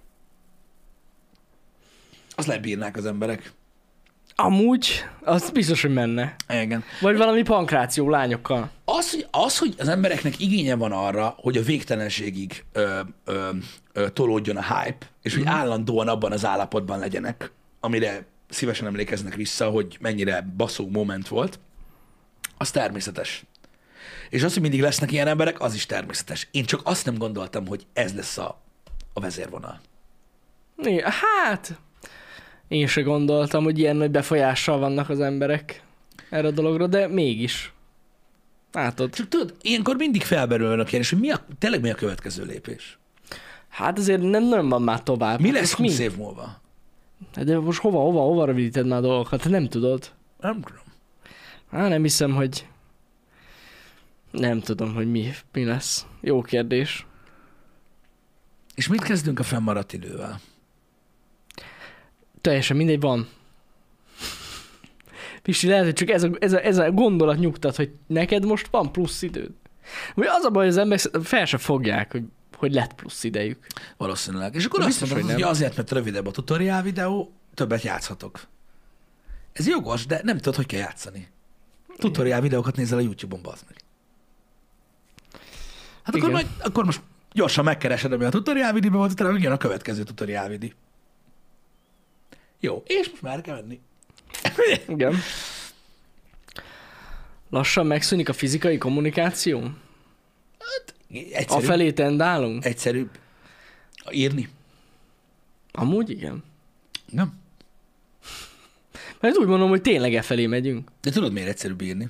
Azt lebírnák az emberek. Amúgy, az biztos, hogy menne. Igen. Vagy valami pankráció lányokkal. Az, hogy, az, hogy az embereknek igénye van arra, hogy a végtelenségig ö, ö, ö, tolódjon a hype, és hogy állandóan abban az állapotban legyenek, amire szívesen emlékeznek vissza, hogy mennyire baszó moment volt, az természetes. És az, hogy mindig lesznek ilyen emberek, az is természetes. Én csak azt nem gondoltam, hogy ez lesz a, a vezérvonal. Igen, hát, én se gondoltam, hogy ilyen nagy befolyással vannak az emberek erre a dologra, de mégis. Látod? Csak tudod, ilyenkor mindig felberül a kérdés, hogy mi a, tényleg mi a következő lépés? Hát azért nem nagyon van már tovább. Mi Hát lesz most húsz év múlva? Hát de most hova, hova, hova rövidíted már a dolgokat? Te nem tudod. Nem tudom. Á, nem hiszem, hogy... Nem tudom, hogy mi, mi lesz. Jó kérdés. És mit kezdünk a fennmaradt idővel? Teljesen mindegy, van. Pisti, lehet, hogy csak ez a, ez, a, ez a gondolat nyugtat, hogy neked most van plusz időd. Vagy az a baj, hogy az emberek fel se fogják, hogy, hogy lett plusz idejük. Valószínűleg. És akkor De azt biztos, mondod, hogy hogy nem. azért, mert rövidebb a tutoriál videó, többet játszhatok. Ez jogos, de nem tudod, hogy kell játszani. Tutoriál videókat nézel a YouTube-on, bazd meg. Hát akkor, Igen. majd, akkor most gyorsan megkeresed, ami a tutoriál videóban volt, utána jön a következő tutoriál videó. Jó, és most már kell menni. Igen. Lassan megszűnik a fizikai kommunikáció? Egyszerűbb. Afelé tendálunk? Egyszerűbb. Írni. Amúgy igen. Nem. Mert úgy mondom, hogy tényleg e felé megyünk. De tudod, miért egyszerűbb írni?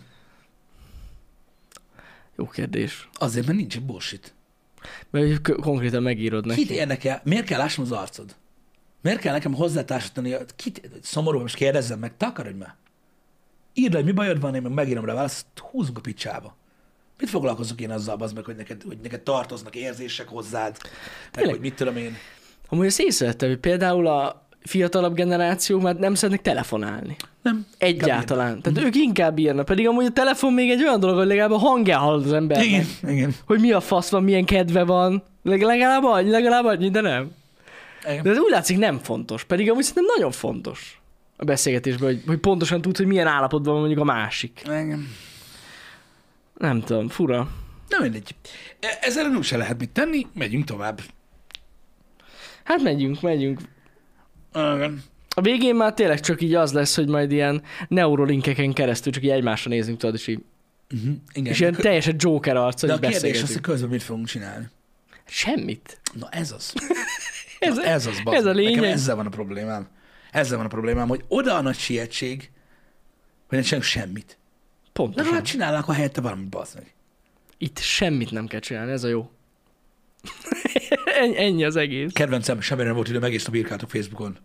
Jó kérdés. Azért, mert nincs egy bullshit. Mert k- konkrétan megírod neki. Kit érdekel? Miért kell lássam az arcod? Miért kell nekem hozzátársítani? Kit, szomorú, most kérdezzem meg, takarodj már. Írd le, hogy mi bajod van, én meg megírom rá a választ, húzzunk a picsába. Mit foglalkozok én azzal, bazd meg, hogy neked, hogy neked tartoznak érzések hozzád, meg Tényleg? hogy mit tudom én. Amúgy ezt észrevettem, hogy például a fiatalabb generációk már nem szeretnek telefonálni. Nem. Egyáltalán. Tehát ők inkább írnak, pedig amúgy a telefon még egy olyan dolog, hogy legalább a hangján hallod az embernek. Igen, igen. Hogy mi a fasz van, milyen kedve van. Leg- legalább annyi, legalább annyi, de nem. igen. De ez úgy látszik nem fontos, pedig amúgy szerintem nagyon fontos a beszélgetésben, hogy, hogy pontosan tudsz, hogy milyen állapotban van mondjuk a másik. Igen. Nem tudom, fura. Nem mindegy. E- Ezzel nem se lehet mit tenni, megyünk tovább. Hát megyünk, megyünk. Igen. A végén már tényleg csak így az lesz, hogy majd ilyen neurolinkeken keresztül csak így egymásra nézünk, tudod, és, így, Uh-huh. Igen. és ilyen De, teljesen Joker arccal de a így kérdés az, hogy beszélgetünk. közben mit fogunk csinálni. Semmit. Na ez az. Ez, Na, ez az, bazd ez a meg. Nekem lényeg. ezzel van a problémám. Ezzel van a problémám, hogy oda a nagy sietség, hogy nem csinálunk semmit. De Pontosan. hát csinálnak a helyette valamit, bazd meg. Itt semmit nem kell csinálni, ez a jó. Ennyi, ennyi az egész. Kedvencem, semmire nem volt idő, egész nap írkáltok Facebookon.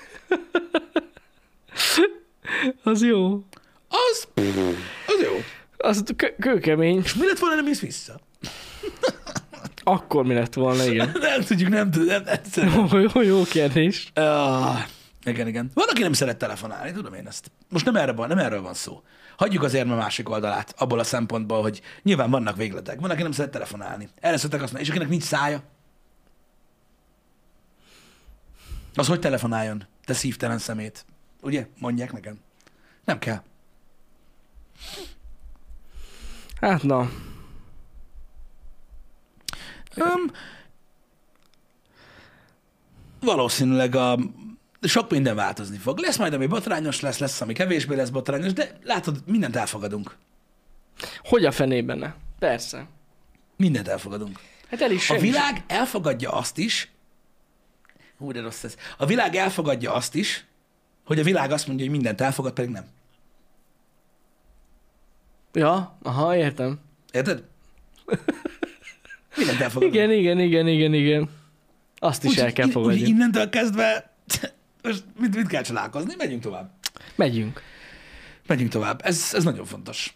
Az jó. Az, az jó. Az kö- kőkemény. És mi lett volna, nem mész vissza? Akkor mi lett volna, igen. Nem tudjuk, nem tudjuk, nem, egyszerűen. Jó, jó, jó kérdés. Uh, igen, igen. Van, aki nem szeret telefonálni, tudom én ezt. Most nem, erre van, nem erről van szó. Hagyjuk az érme másik oldalát, abból a szempontból, hogy nyilván vannak végletek. Van, aki nem szeret telefonálni. Erre szoktak azt mondani, és akinek nincs szája, az hogy telefonáljon? Te szívtelen szemét. Ugye? Mondják nekem. Nem kell. Hát na. Um, valószínűleg a, sok minden változni fog. Lesz majd, ami botrányos lesz, lesz, ami kevésbé lesz botrányos, de látod, mindent elfogadunk. Hogy a fenében ne? Persze. Mindent elfogadunk. Hát el is A sem világ elfogadja azt is, hú, de rossz ez. A világ elfogadja azt is, hogy a világ azt mondja, hogy mindent elfogad, pedig nem. Ja, aha, értem. Érted? Mindent elfogadunk. Igen, igen, igen, igen, igen. Azt is Úgy, el kell úgy, fogadni. innentől kezdve, most mit, mit kell csalálkozni? Megyünk tovább. Megyünk. Megyünk tovább. Ez, ez nagyon fontos.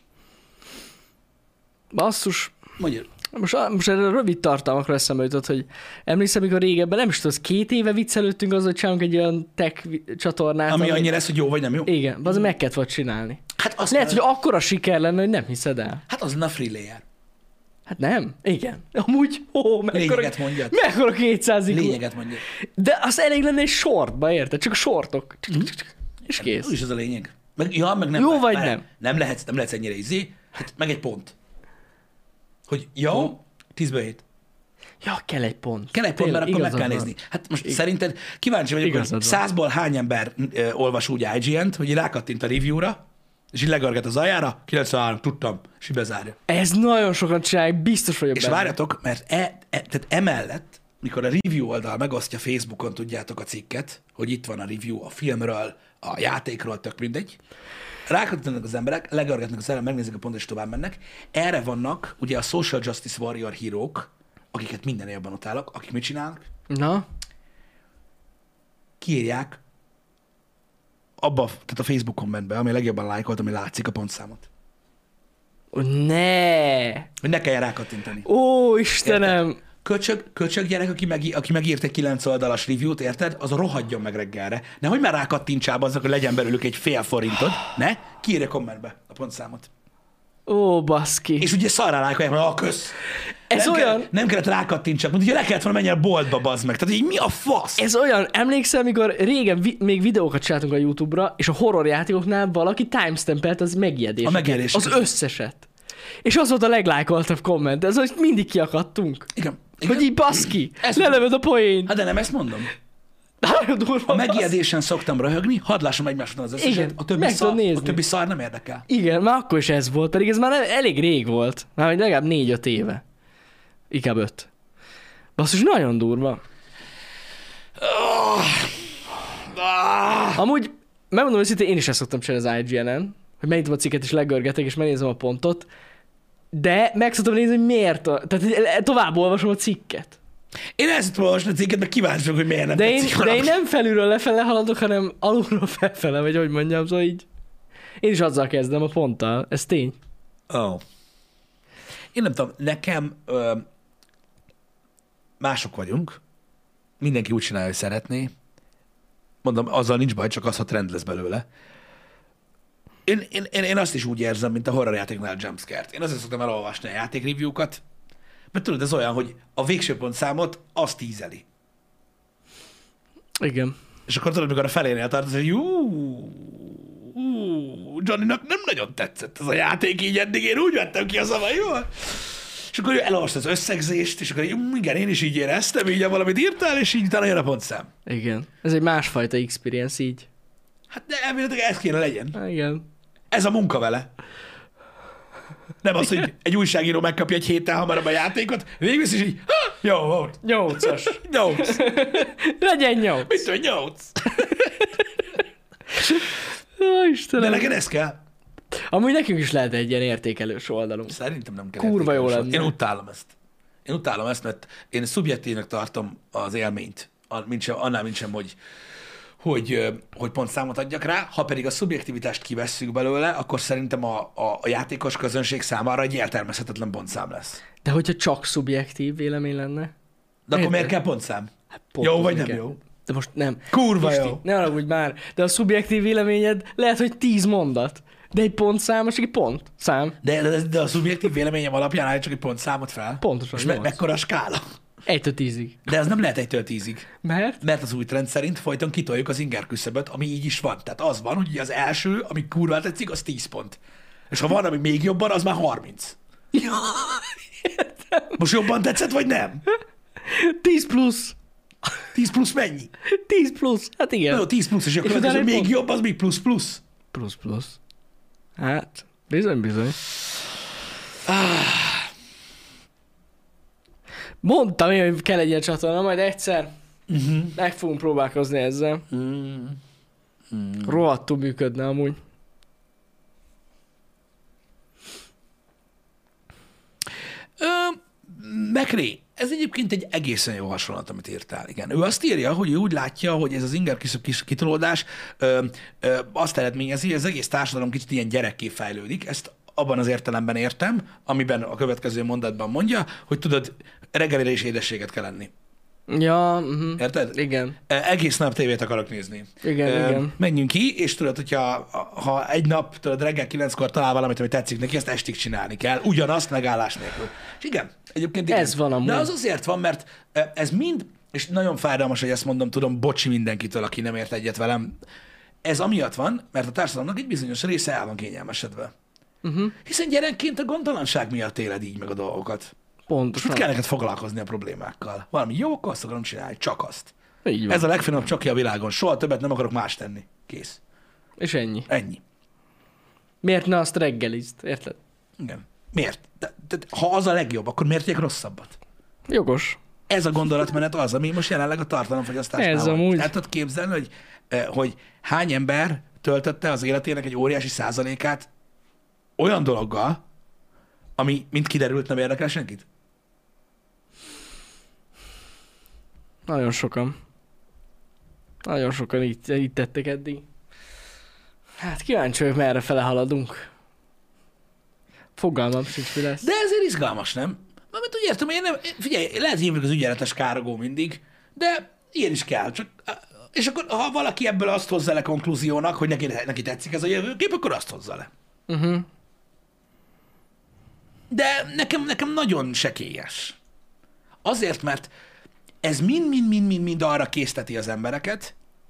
Basszus. Mondja. Most, most erre a rövid tartalmakra eszembe jutott, hogy emlékszem, mikor régebben, nem is tudom, az két éve viccelődtünk azzal, hogy csinálunk egy olyan tech vi- csatornát. Ami annyi lesz, hogy jó vagy nem jó? Igen, az meg kellett volna csinálni. Hát az, Lehet, hogy akkora siker lenne, hogy nem hiszed el. hát az a free layer. Hát nem? Igen. Amúgy, ó, mekkora, Lényeget mondjad. mekkora kétszáz ikú. Lényeget mondja. De az elég lenne egy shortba, érted? Csak a shortok. És kész. Úgyis az a lényeg. Meg, ja, meg nem, Jó vagy várj, nem? Nem lehetsz, nem lehetsz ennyire izé, hát meg egy pont. Hogy jó, tízből hét. Ja, kell egy pont. Kell egy pont, mert Tényleg, akkor meg kell igazad van. nézni. Hát most szerinted kíváncsi vagyok, Igazad hogy van. százból hány ember ö, olvas úgy I G N-t, hogy így rákattint a review-ra, és így legörget az aljára, kilencvenhárom, tudtam, és így bezárja. Ez nagyon sokan csinálják, biztos vagyok És benne. várjatok, mert e, e, tehát emellett, mikor a review oldal megosztja Facebookon, tudjátok a cikket, hogy itt van a review a filmről, a játékról, tök mindegy, rákattintanak az emberek, legörgetnek az emberek, megnézik a pontot, és tovább mennek. Erre vannak ugye a Social Justice Warrior hírók, akiket minden évben utálok, akik mit csinálnak? Na? Kiírják abba, tehát a Facebook kommentbe, ami a legjobban lájkolt, ami látszik a pontszámot. Ó, ne! Hogy ne kelljen rákattintani. Ó, Istenem! Érted? Köcsög, köcsög gyerek, aki, meg, aki megírt egy kilenc oldalas review-t, érted? Az rohadjon meg reggelre. Nehogy már rákattintsába azok, hogy legyen belőlük egy fél forintod. Ne? Kiírja kommentbe a pontszámot. Ó, baszki. És ugye szarrá lájkolják, hogy a kösz. Ez nem olyan... Kell, nem kellett rákattintsak, mint ugye le kellett volna menni a boltba, bazd meg. Tehát így mi a fasz? Ez olyan, emlékszel, mikor régen vi- még videókat csináltunk a YouTube-ra, és a horror játékoknál valaki timestampelt az megijedéseket. A megijedéseket. Az összeset. És az volt a leglájkoltabb komment. Ez, hogy mindig kiakadtunk. Igen. Igen. Hogy így baszki, Ezt- lelövöd a poén. Hát de nem ezt mondom. Nagyon durva. A bassz. megijedésen szoktam röhögni, hadd lássam egymás után az összeset, Igen, a többi, meg szar, tudom nézni. a többi szar nem érdekel. Igen, már akkor is ez volt, pedig ez már elég rég volt. Már hogy legalább négy-öt éve. Inkább öt. Basszus, nagyon durva. Amúgy, megmondom őszintén, én is ezt szoktam csinálni az I G N-en, hogy megnyitom a cikket és legörgetek, és megnézem a pontot, de meg szoktam nézni, hogy miért. A... Tehát tovább olvasom a cikket. Én el szoktam olvasni a cikket, mert kíváncsi vagyok, hogy miért nem De én, tetszik de én valami. nem felülről lefele haladok, hanem alulról felfele, vagy hogy mondjam, szóval így. Én is azzal kezdem a ponttal, ez tény. Oh. Én nem tudom, nekem ö, mások vagyunk, mindenki úgy csinálja, hogy szeretné. Mondom, azzal nincs baj, csak az, ha trend lesz belőle. Én, én, én, én azt is úgy érzem, mint a horrorjátéknál jumpscare-t. Én azért szoktam elolvasni a játékreview-kat, mert tudod, ez olyan, hogy a végső pontszámot az tízeli. Igen. És akkor tudod, mikor a felénél tartasz, hogy jú, Johnnynak nem nagyon tetszett ez a játék így eddig, én úgy vettem ki a szavaival. És akkor elolvasd az összegzést, és akkor így, igen, én is így éreztem, így valamit írtál, és így utána jön a pontszám. Igen. Ez egy másfajta experience így. Hát de elméletileg ez kéne legyen. Há, igen. Ez a munka vele. Nem az, hogy egy újságíró megkapja egy héttel hamarabb a játékot, végül is így, ha, jó volt. Nyolcas. Nyolc. Legyen nyolc. Mit tudom, nyolc. Ó, Istenem. De neked ez kell. Amúgy nekünk is lehet egy ilyen értékelős oldalunk. Szerintem nem kell. Kurva jó értékelni. lenne. Én utálom ezt. Én utálom ezt, mert én szubjektívnek tartom az élményt. A- Mint sem, annál, mint sem, hogy, hogy, ö, hogy pontszámot adjak rá. Ha pedig a szubjektivitást kivesszük belőle, akkor szerintem a, a, a játékos közönség számára egy értelmezhetetlen pontszám lesz. De hogyha csak szubjektív vélemény lenne? De akkor Érted? miért kell pontszám? Hát Jó vagy nem kell. jó? De most nem. Kurva Pisti, jó. ne haragudj már, de a szubjektív véleményed lehet, hogy tíz mondat. De egy pontszám, az csak egy pont. Szám. De, de, de a szubjektív véleményem alapján állj csak egy pontszámot fel. Pontosan, És me- nyolc. mekkora a skála? Egytől tízig. De ez nem lehet egytől tízig. Mert? Mert az új trend szerint folyton kitoljuk az inger küszöböt, ami így is van. Tehát az van, hogy ugye az első, ami kurva tetszik, az tíz pont. És ha van, ami még jobban, az már harminc. Ja, Most jobban tetszett, vagy nem? tíz plusz. tíz plusz mennyi? tíz plusz. Hát Na igen. jó, tíz plusz, és a És következő utána egy még pont. jobb, az még plusz plusz. Plusz plusz. Hát, bizony, bizony. Mondtam én, hogy kell egy ilyen csatorna, majd egyszer Uh-huh. meg fogunk próbálkozni ezzel. Mm. Mm. Rohadtul működne amúgy. Ö, Mekré, ez egyébként egy egészen jó hasonlat, amit írtál. Igen. Ő azt írja, hogy ő úgy látja, hogy ez az inger küszöb kis kitolódás ö, ö, azt eredményezi, hogy az egész társadalom kicsit ilyen gyerekké fejlődik. Ezt abban az értelemben értem, amiben a következő mondatban mondja, hogy tudod, reggelire is édességet kell enni. Ja, uh-huh. Érted? Igen. Ö, Egész nap tévét akarok nézni. Igen, Ö, igen. Menjünk ki, és tudod, hogyha ha egy nap tudod, reggel kilenckor talál valamit, ami tetszik neki, ezt estig csinálni kell. Ugyanazt megállás nélkül. És igen, egyébként igen. Ez van amúgy. De az azért van, mert ö, ez mind, és nagyon fájdalmas, hogy ezt mondom, tudom, bocsi mindenkitől, aki nem ért egyet velem. Ez amiatt van, mert a társadalomnak egy bizonyos része el van kényelmesedve. Uh-huh. Hiszen gyerekként a gondtalanság miatt éled így meg a dolgokat. Pontosan. Most kell neked foglalkozni a problémákkal. Valami jó, akkor azt akarom csinálni, csak azt. Így van. Ez a legfinomabb csokja a világon. Soha többet nem akarok más tenni. Kész. És ennyi. Ennyi. Miért ne azt reggelizd, érted? Igen. Miért? De, de, ha az a legjobb, akkor miért tegyek rosszabbat? Jogos. Ez a gondolatmenet az, ami most jelenleg a tartalomfogyasztásnál Ez van. amúgy. El tudod képzelni, hogy, eh, hogy hány ember töltötte az életének egy óriási százalékát olyan dologgal, ami, mint kiderült, nem érdekel senkit? Nagyon sokan. Nagyon sokan így, így tettek eddig. Hát kíváncsi vagyok, merre fele haladunk. Fogalmam sincs, mi lesz. De ezért izgalmas, nem? Mert úgy értem, én nem, figyelj, lehet hívni az ügyeletes károgó mindig, de ilyen is kell. Csak, és akkor, ha valaki ebből azt hozza le konklúziónak, hogy neki, neki tetszik ez a jövőkép, akkor azt hozza le. Uh-huh. De nekem, nekem nagyon sekélyes. Azért, mert ez mind-mind-mind-mind arra készteti az embereket,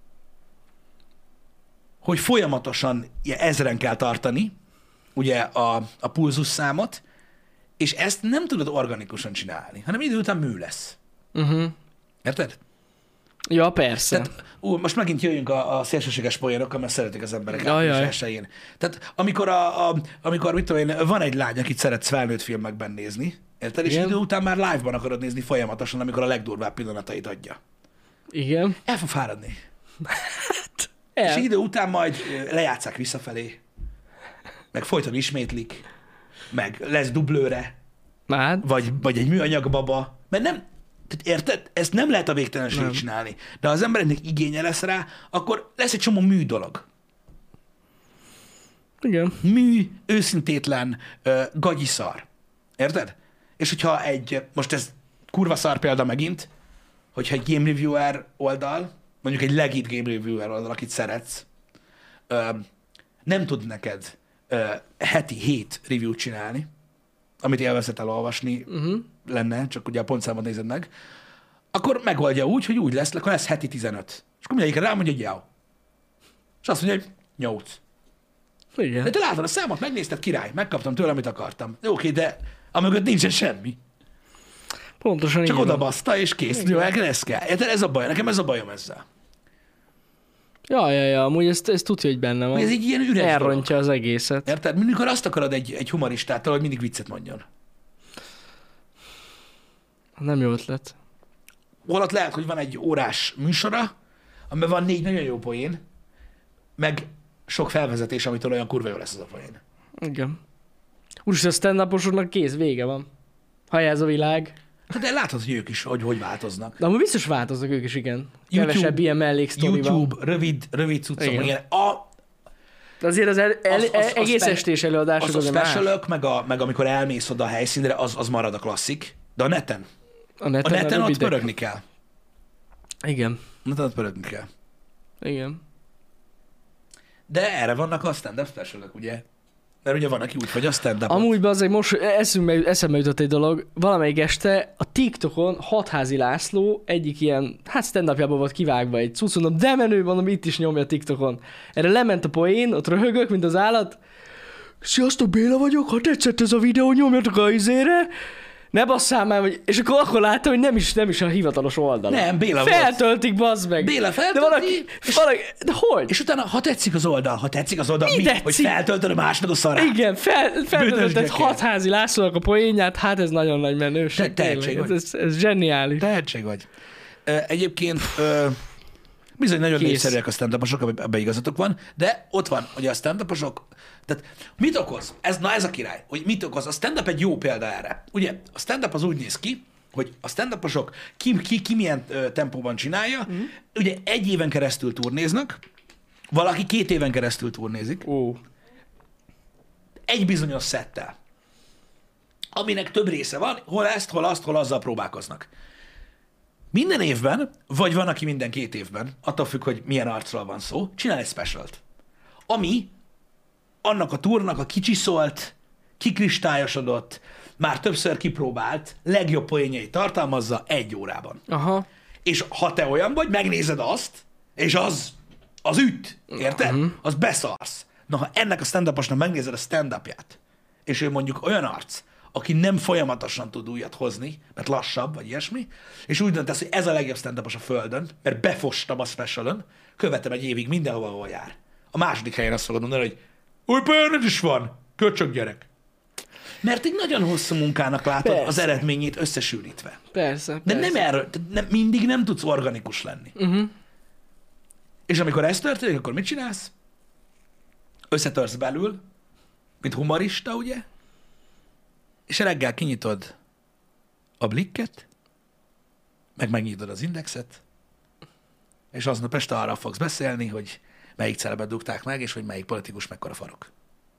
hogy folyamatosan ilyen ezren kell tartani, ugye a, a pulzus számot, és ezt nem tudod organikusan csinálni, hanem idő után mű lesz. Uh-huh. Érted? Ja, persze. Tehát, ú, most megint jöjjünk a, a szélsőséges poénokkal, mert szeretik az emberek Ajaj. április elsején. Tehát amikor, a, a, amikor mit tudom én, van egy lány, akit szeretsz felnőtt filmekben nézni, érted? És Igen. idő után már live-ban akarod nézni folyamatosan, amikor a legdurvább pillanatait adja. Igen. El fog fáradni. El. És idő után majd ö, lejátszák visszafelé, meg folyton ismétlik, meg lesz dublőre, Hát, vagy, vagy egy műanyag baba, mert nem, tehát érted? Ezt nem lehet a végtelenségig Nem. csinálni. De ha az embereknek igénye lesz rá, akkor lesz egy csomó mű dolog. igen. Mű, őszintétlen, ö, gagyiszar. Érted? És hogyha egy, most ez kurva szar példa megint, hogyha egy game reviewer oldal, mondjuk egy legit game reviewer oldal, akit szeretsz, ö, nem tud neked ö, heti hét review-t csinálni, amit élvezhet elolvasni Uh-huh. lenne, csak ugye a pontszámot nézed meg, akkor megoldja úgy, hogy úgy lesz, akkor lesz heti tizenöt. És akkor mindegyikre rámondja, hogy jau. És azt mondja, hogy nyolc. De Igen. te látod a számot, megnézted, király, megkaptam tőle, amit akartam. Jó, oké, de amögött nincsen semmi. Pontosan Csak így oda van. baszta, és kész. Jó, ez kell. Érted? Ez a baj. Nekem ez a bajom ezzel. Ja, ja, ja, amúgy ezt, ezt tudja, hogy benne van. Ez egy ilyen üres dolog. Elrontja az egészet. Érted? Mikor azt akarod egy, egy humoristától, hogy mindig viccet mondjon. Nem jó ötlet. Holott lehet, hogy van egy órás műsora, amiben van négy nagyon jó poén, meg sok felvezetés, amitől olyan kurva jó lesz az a poén. Igen. Úristen, a stand-uposoknak kész, vége van. Hallja ez a világ. Hát de látod, hogy ők is, hogy hogy változnak. De amúgy biztos változnak ők is, igen. YouTube- Kevesebb ilyen melléksztori van. YouTube, rövid, rövid cuccok, Igen. igen. A, De azért az, el, el, Az- az- az egész spe- estés előadások az a azért más. specialök, meg, a, meg amikor elmész oda a helyszínre, az, az marad a klasszik. De a neten, A a neten, neten ott rövidek. pörögni kell. Igen. A neten ott pörögni kell. Igen. De erre vannak a stand-up specialök, ugye? Mert ugye van, aki úgy vagy a stand-up. Amúgy azért most eszembe, eszembe jutott egy dolog, valamelyik este a TikTokon Hatházi László egyik ilyen, hát stand-upjában volt kivágva egy cucc, mondom, de menő, mondom, itt is nyomja a TikTokon. Erre lement a poén, ott röhögök, mint az állat. Sziasztok, Béla vagyok, ha tetszett ez a videó, nyomjatok a izére. Ne basszál már, hogy... és akkor, akkor láttam, hogy nem is, nem is a hivatalos oldal. Nem, Béla volt. Feltöltik, bazd meg. Béla De feltölti, valaki, és- valaki, de hogy? És utána, ha tetszik az oldal, ha tetszik az oldal, Mi mi? tetszik? Hogy feltöltöd a másnak a szarát. Igen, fel, feltöltött gyökér. Hatházi Lászlónak a poénját, hát ez nagyon nagy menőség. Te- tehetség tényleg. vagy. ez, ez, ez zseniális. Tehetség vagy. Ö, Egyébként ö, bizony nagyon Kész. népszerűek a stand-uposok, ebbe- ebbe igazatok van, de ott van, hogy a stand-uposok, tehát mit okoz? Ez, na ez a király, hogy mit okoz? A stand-up egy jó példa erre. Ugye, a stand-up az úgy néz ki, hogy a stand-uposok ki, ki, ki milyen ö, tempóban csinálja, mm. ugye egy éven keresztül turnéznak, valaki két éven keresztül turnézik, Ó, egy bizonyos szettel, aminek több része van, hol ezt, hol azt, hol azzal próbálkoznak. Minden évben, vagy van, aki minden két évben, attól függ, hogy milyen arcról van szó, csinál egy specialt, ami annak a túrnak a kicsiszolt, kikristályosodott, már többször kipróbált, legjobb poénjait tartalmazza egy órában. aha. És ha te olyan vagy, megnézed azt, és az, az üt, érted? Uh-huh. Az beszarsz. Na, ha ennek a stand-uposnak megnézed a stand-upját, és ő mondjuk olyan arc, aki nem folyamatosan tud újat hozni, mert lassabb, vagy ilyesmi, és úgy döntesz, hogy ez a legjobb stand-upos a földön, mert befostam a specialon, követem egy évig mindenhova, ahol jár. A második helyen azt fogod mondani, hogy új poénod is van, köcsög gyerek. Mert egy nagyon hosszú munkának látod Persze. az eredményét összesűrítve. Persze, De persze. nem erről, tehát nem, mindig nem tudsz organikus lenni. Uh-huh. És amikor ez történik, akkor mit csinálsz? Összetörsz belül, mint humorista, ugye? És reggel kinyitod a blikket, meg megnyitod az indexet, és aznap este arra fogsz beszélni, hogy melyik celebet dugták meg, és hogy melyik politikus mekkora farok.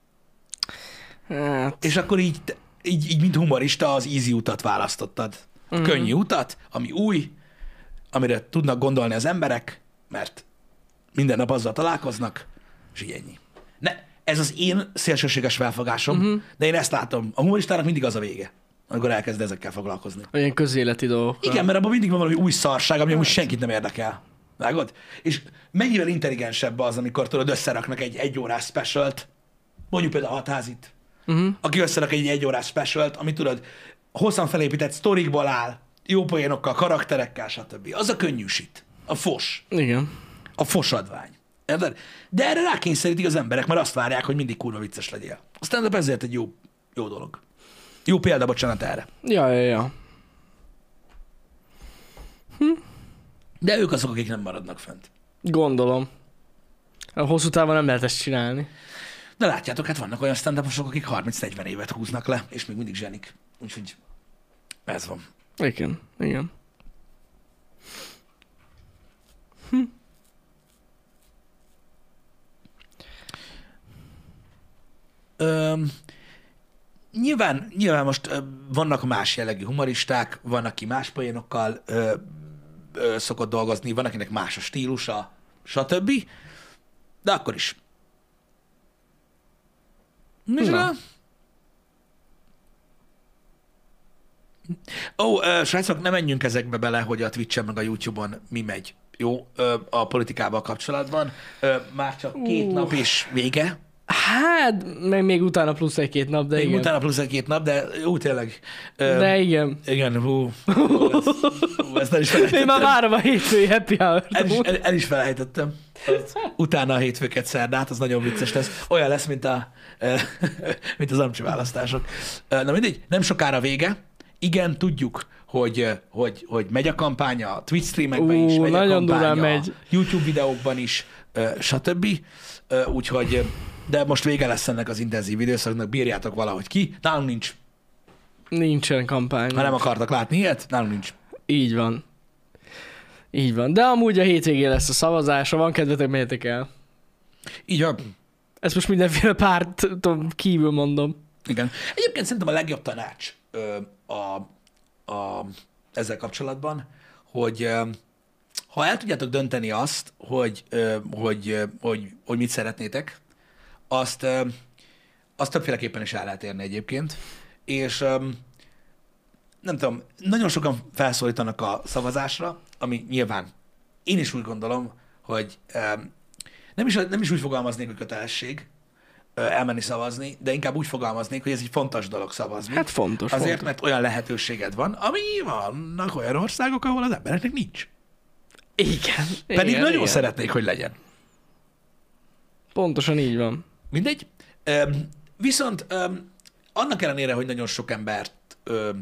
Hát, És akkor így, így, így mint humorista az easy utat választottad. A Mhm. könnyű utat, ami új, amire tudnak gondolni az emberek, mert minden nap azzal találkoznak, és így ennyi. Ne, ez az én szélsőséges felfogásom, Mhm. uh-huh. de én ezt látom. A humoristának mindig az a vége, amikor elkezd ezekkel foglalkozni. olyan közéleti dolgok. Igen, mert abban mindig van valami új szarság, ami amúgy senkit nem érdekel. Vágod? És mennyivel intelligensebb az, amikor tudod összeraknak egy egyórás specialt, mondjuk például a Hatházit, Uh-huh. aki összerak egy egyórás specialt, ami tudod, hosszan felépített sztorikból áll, jó poénokkal, karakterekkel, stb. Az a könnyűsít. A fos. Igen. A fosadvány. Érted? De erre rákényszerítik az emberek, mert azt várják, hogy mindig kurva vicces legyél. A stand-up ezért egy jó, jó dolog. Jó példa, bocsánat erre. Ja, ja, ja. De ők azok, akik nem maradnak fent. Gondolom. A hosszú távon nem lehet ezt csinálni. De látjátok, hát vannak olyan stand akik harminc-negyven évet húznak le, és még mindig zsenik. Úgyhogy ez van. Igen, igen. Öm, nyilván, nyilván most ö, vannak más jellegű humoristák, van, aki más poénokkal ö, ö, szokott dolgozni, van, akinek más a stílusa, stb. De akkor is. Micsoda? Ó, ö, srácok, ne menjünk ezekbe bele, hogy a Twitch-en meg a YouTube-on mi megy. Jó, ö, a politikával kapcsolatban. Ö, már csak két Uh. nap és vége. Hát, meg még utána plusz egy-két nap, de Még igen. utána plusz egy-két nap, de jó, tényleg. Ö, De igen. Igen, hú. Hú, ezt, hú, ezt el is Én már felejtettem. várom a hétfői happy hour-t. El is, el, el is felejtettem. Az, utána a hétfőket szerdát, az nagyon vicces lesz. Olyan lesz, mint, a, eh, mint az amcsi választások. Eh, Na mindegy, nem sokára vége. Igen, tudjuk, hogy, eh, hogy, hogy megy a kampány a Twitch streamekben Ú, is, megy a nagyon kampány durán a megy. YouTube videókban is, eh, stb. Eh, Úgyhogy, eh, de most vége lesz ennek az intenzív időszaknak, bírjátok valahogy ki. Nálunk nincs. Nincsen kampány. Ha nem akartak látni ilyet, nálunk nincs. Így van. Így van. De amúgy a hétvégén lesz a szavazás, ha van kedvetek, menjetek el. Így van. Ezt most mindenféle párton kívül mondom. Igen. Egyébként szerintem a legjobb tanács ö, a, a, ezzel kapcsolatban, hogy ö, ha el tudjátok dönteni azt, hogy, ö, hogy, ö, hogy, hogy mit szeretnétek, azt, ö, azt többféleképpen is el lehet érni egyébként, és ö, nem tudom, nagyon sokan felszólítanak a szavazásra, ami nyilván én is úgy gondolom, hogy ö, nem is, nem is úgy fogalmaznék, hogy kötelesség ö, elmenni szavazni, de inkább úgy fogalmaznék, hogy ez egy fontos dolog szavazni. Hát fontos. Azért, fontos. mert olyan lehetőséged van, ami vannak olyan országok, ahol az embereknek nincs. Igen. Pedig igen, nagyon igen. szeretnék, hogy legyen. Pontosan így van. Mindegy. Üm, viszont üm, annak ellenére, hogy nagyon sok embert, üm,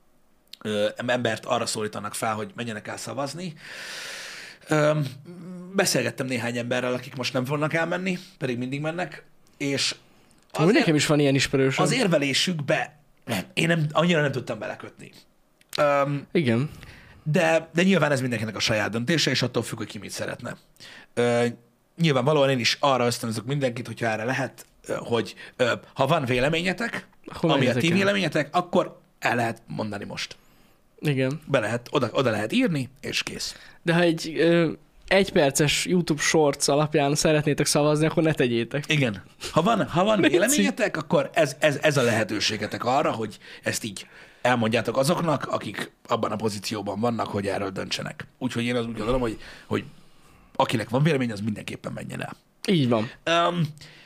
üm, embert arra szólítanak fel, hogy menjenek el szavazni, üm, beszélgettem néhány emberrel, akik most nem fognak elmenni, pedig mindig mennek, és Az az, nekem ér- is van ilyen ismerősöm. az érvelésükbe nem, én nem, annyira nem tudtam belekötni. Üm, Igen. De, de nyilván ez mindenkinek a saját döntése, és attól függ, hogy ki mit szeretne. Ö, nyilvánvalóan én is arra ösztönözök mindenkit, hogyha erre lehet, ö, hogy ö, ha van véleményetek, Akkor ami a menjetek ti el. véleményetek, akkor el lehet mondani most. Igen. Be lehet, oda, oda lehet írni, és kész. De ha egy ö, egyperces YouTube Shorts alapján szeretnétek szavazni, akkor ne tegyétek. Igen. Ha van, ha van Léci. véleményetek, akkor ez, ez, ez a lehetőségetek arra, hogy ezt így elmondjátok azoknak, akik abban a pozícióban vannak, hogy erről döntsenek. Úgyhogy én az úgy gondolom, hogy, hogy akinek van vélemény, az mindenképpen menjen el. Így van. Um,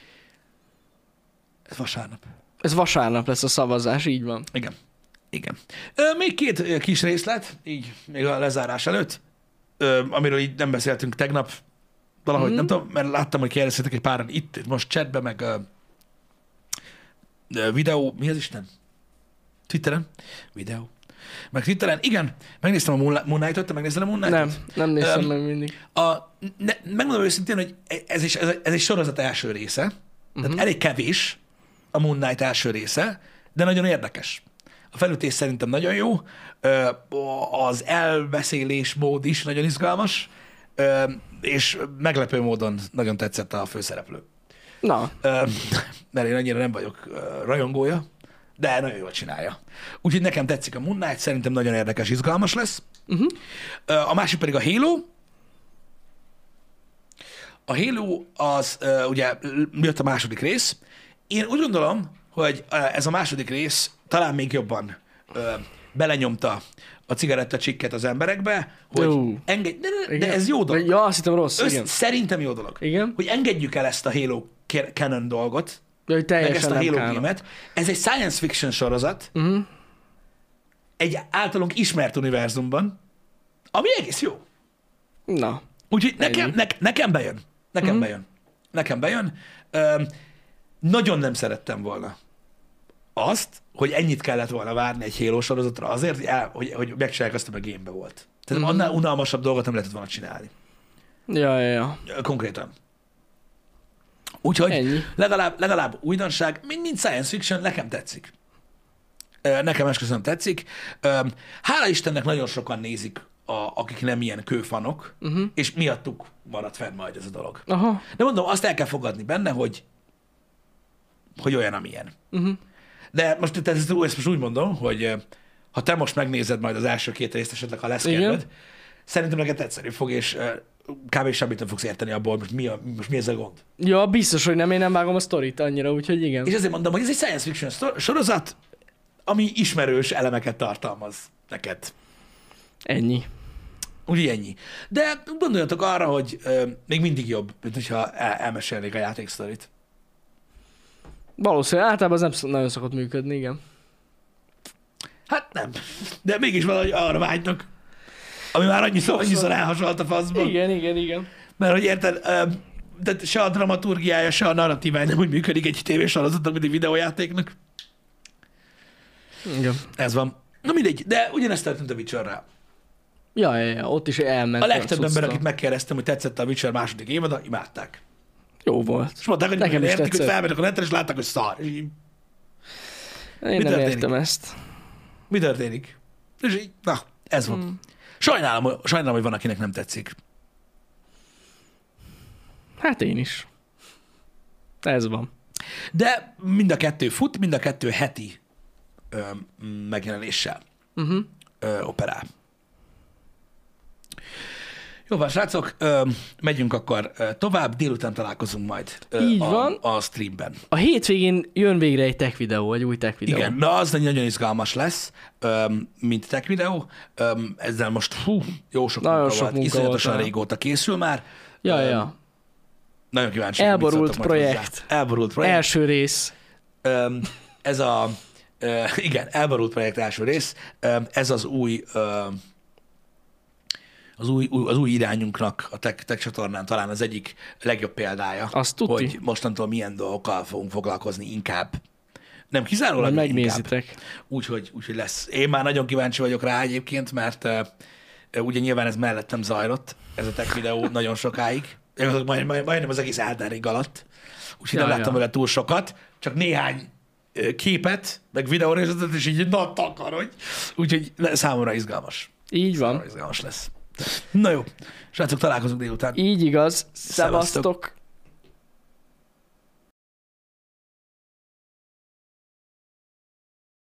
ez vasárnap. Ez vasárnap lesz a szavazás, így van. Igen. Igen. Ö, még két ö, kis részlet, így még a lezárás előtt, ö, amiről így nem beszéltünk tegnap, valahogy mm. nem tudom, mert láttam, hogy kérdeztetek egy páran itt, itt most chatbe, meg ö, ö, videó, mi az Isten? Twitteren? Videó. Meg Twitteren, igen, megnéztem a Moon Moon Knight-ot, te megnézted a Moon Knight-ot? Nem, nem néztem Öm, meg mindig. A, ne, megmondom őszintén, hogy ez, is, ez, ez egy sorozat első része, tehát Mhm. elég kevés a Moon Knight első része, de nagyon érdekes. A felütés szerintem nagyon jó, ö, az elbeszélés mód is nagyon izgalmas, ö, és meglepő módon nagyon tetszett a főszereplő. Na, Ö, mert én annyira nem vagyok ö, rajongója, de nagyon jól csinálja. Úgyhogy nekem tetszik a Moon Knight, szerintem nagyon érdekes, izgalmas lesz. uh-huh. Ö, A másik pedig a Halo. A Halo az uh, ugye jött a második rész. Én úgy gondolom, hogy uh, ez a második rész talán még jobban uh, belenyomta a cigarettacsikket az emberekbe, hogy Ú. engedj, de, de, de Igen. ez jó dolog. Ja, azt hittem rossz, Össz, igen. Szerintem jó dolog. Igen. Hogy engedjük el ezt a Halo ke- canon dolgot, De hogy meg ezt teljesen a nem Halo kánon. gémet. Ez egy science fiction sorozat, Uh-huh. egy általunk ismert univerzumban, ami egész jó. Na. Úgyhogy nekem, Ennyi. ne, nekem bejön. Nekem Mhm. bejön. Nekem bejön. Öm, nagyon nem szerettem volna azt, hogy ennyit kellett volna várni egy Halo sorozatra azért, hogy, el, hogy, hogy megcsinálják azt, ami a gamebe volt. Tehát Mhm. annál unalmasabb dolgot nem lehetett volna csinálni. Ja, ja, ja. Konkrétan. Úgyhogy Ennyi. legalább, legalább újdonság, mint, mint science fiction, nekem tetszik. Ö, Nekem esküszöm tetszik. Ö, Hála Istennek nagyon sokan nézik, a, akik nem ilyen kőfanok, uh-huh. és miattuk maradt fenn majd ez a dolog. Aha. De mondom, azt el kell fogadni benne, hogy, hogy olyan, amilyen. Uh-huh. De most ezt, ezt most úgy mondom, hogy ö, ha te most megnézed majd az első két részt, esetleg ha lesz Igen. kedved, szerintem neked tetszeni fog, és ö, kb. Semmit nem fogsz érteni abból, most mi, a, most mi ez a gond. Ja, biztos, hogy nem, én nem vágom a sztorit annyira, úgyhogy igen. És ezért mondom, hogy ez egy science fiction sztor- sorozat, ami ismerős elemeket tartalmaz neked. Ennyi. Úgyhogy ennyi. De gondoljatok arra, hogy ö, még mindig jobb, mint hogyha el- elmesélnék a játéksztorit. Valószínűleg általában ez nem sz- nagyon szokott működni, igen. Hát nem. De mégis valahogy arra vágynak, ami már annyiszor, annyiszor elhasonlt a faszban. Igen, igen, igen. Mert hogy érted, ö, de se a dramaturgiája, se a narratívája nem úgy működik egy tévésorozatnak, mint egy videójátéknak. Igen. Ez van. Na mindegy, de ugyanezt történt a Witcherrel. Ja, ja, ja, ott is elment. A legtöbb ember, cuccra. akit megkérdeztem, hogy tetszett a Witcher második évada, imádták. Jó volt. És mondták, hogy Nekem nem is értik, hogy tetszett. felmentek a netre, és látták, hogy szar. És így, Én Mi nem történik? értem ezt. mi történik? És így, na, ez van. Hmm. Sajnálom, hogy- sajnálom, hogy van, akinek nem tetszik. Hát én is. Ez van. De mind a kettő fut, mind a kettő heti ö, megjelenéssel Uh-huh. ö, operál. Jó van, srácok, ö, megyünk akkor ö, tovább, délután találkozunk majd ö, Így a, van. a streamben. A hétvégén jön végre egy tech videó, egy új tech videó. Igen, na az nagyon izgalmas lesz, öm, mint tech videó. Öm, ezzel most hú, jó sok Nagyon munka sok volt, munka iszonyatosan volt, régóta készül már. Ja, Öm, ja. Nagyon kíváncsi. vagyok, mit Elborult szóltok majd projekt. hozzá. Elborult projekt. Első rész. Öm, ez a, ö, igen, elborult projekt első rész. Öm, ez az új, öm, az új, új, az új irányunknak a tech, tech csatornán talán az egyik legjobb példája, Azt tuti. hogy mostantól milyen dolgokkal fogunk foglalkozni inkább. Nem kizárólag, Majd de inkább. megnézitek. Úgyhogy, úgyhogy lesz. Én már nagyon kíváncsi vagyok rá egyébként, mert uh, ugye nyilván ez mellettem zajlott, ez a tech videó nagyon sokáig. Majd, majd, majdnem az egész Elden alatt. Úgyhogy Ja, nem láttam ja. vele túl sokat, csak néhány uh, képet, meg videórészletet, és így na takarodj. Úgyhogy le- számomra izgalmas. Így van. Számomra izgalmas lesz. Na jó, srácok, találkozunk délután. Így igaz. Szevasztok. Szevasztok.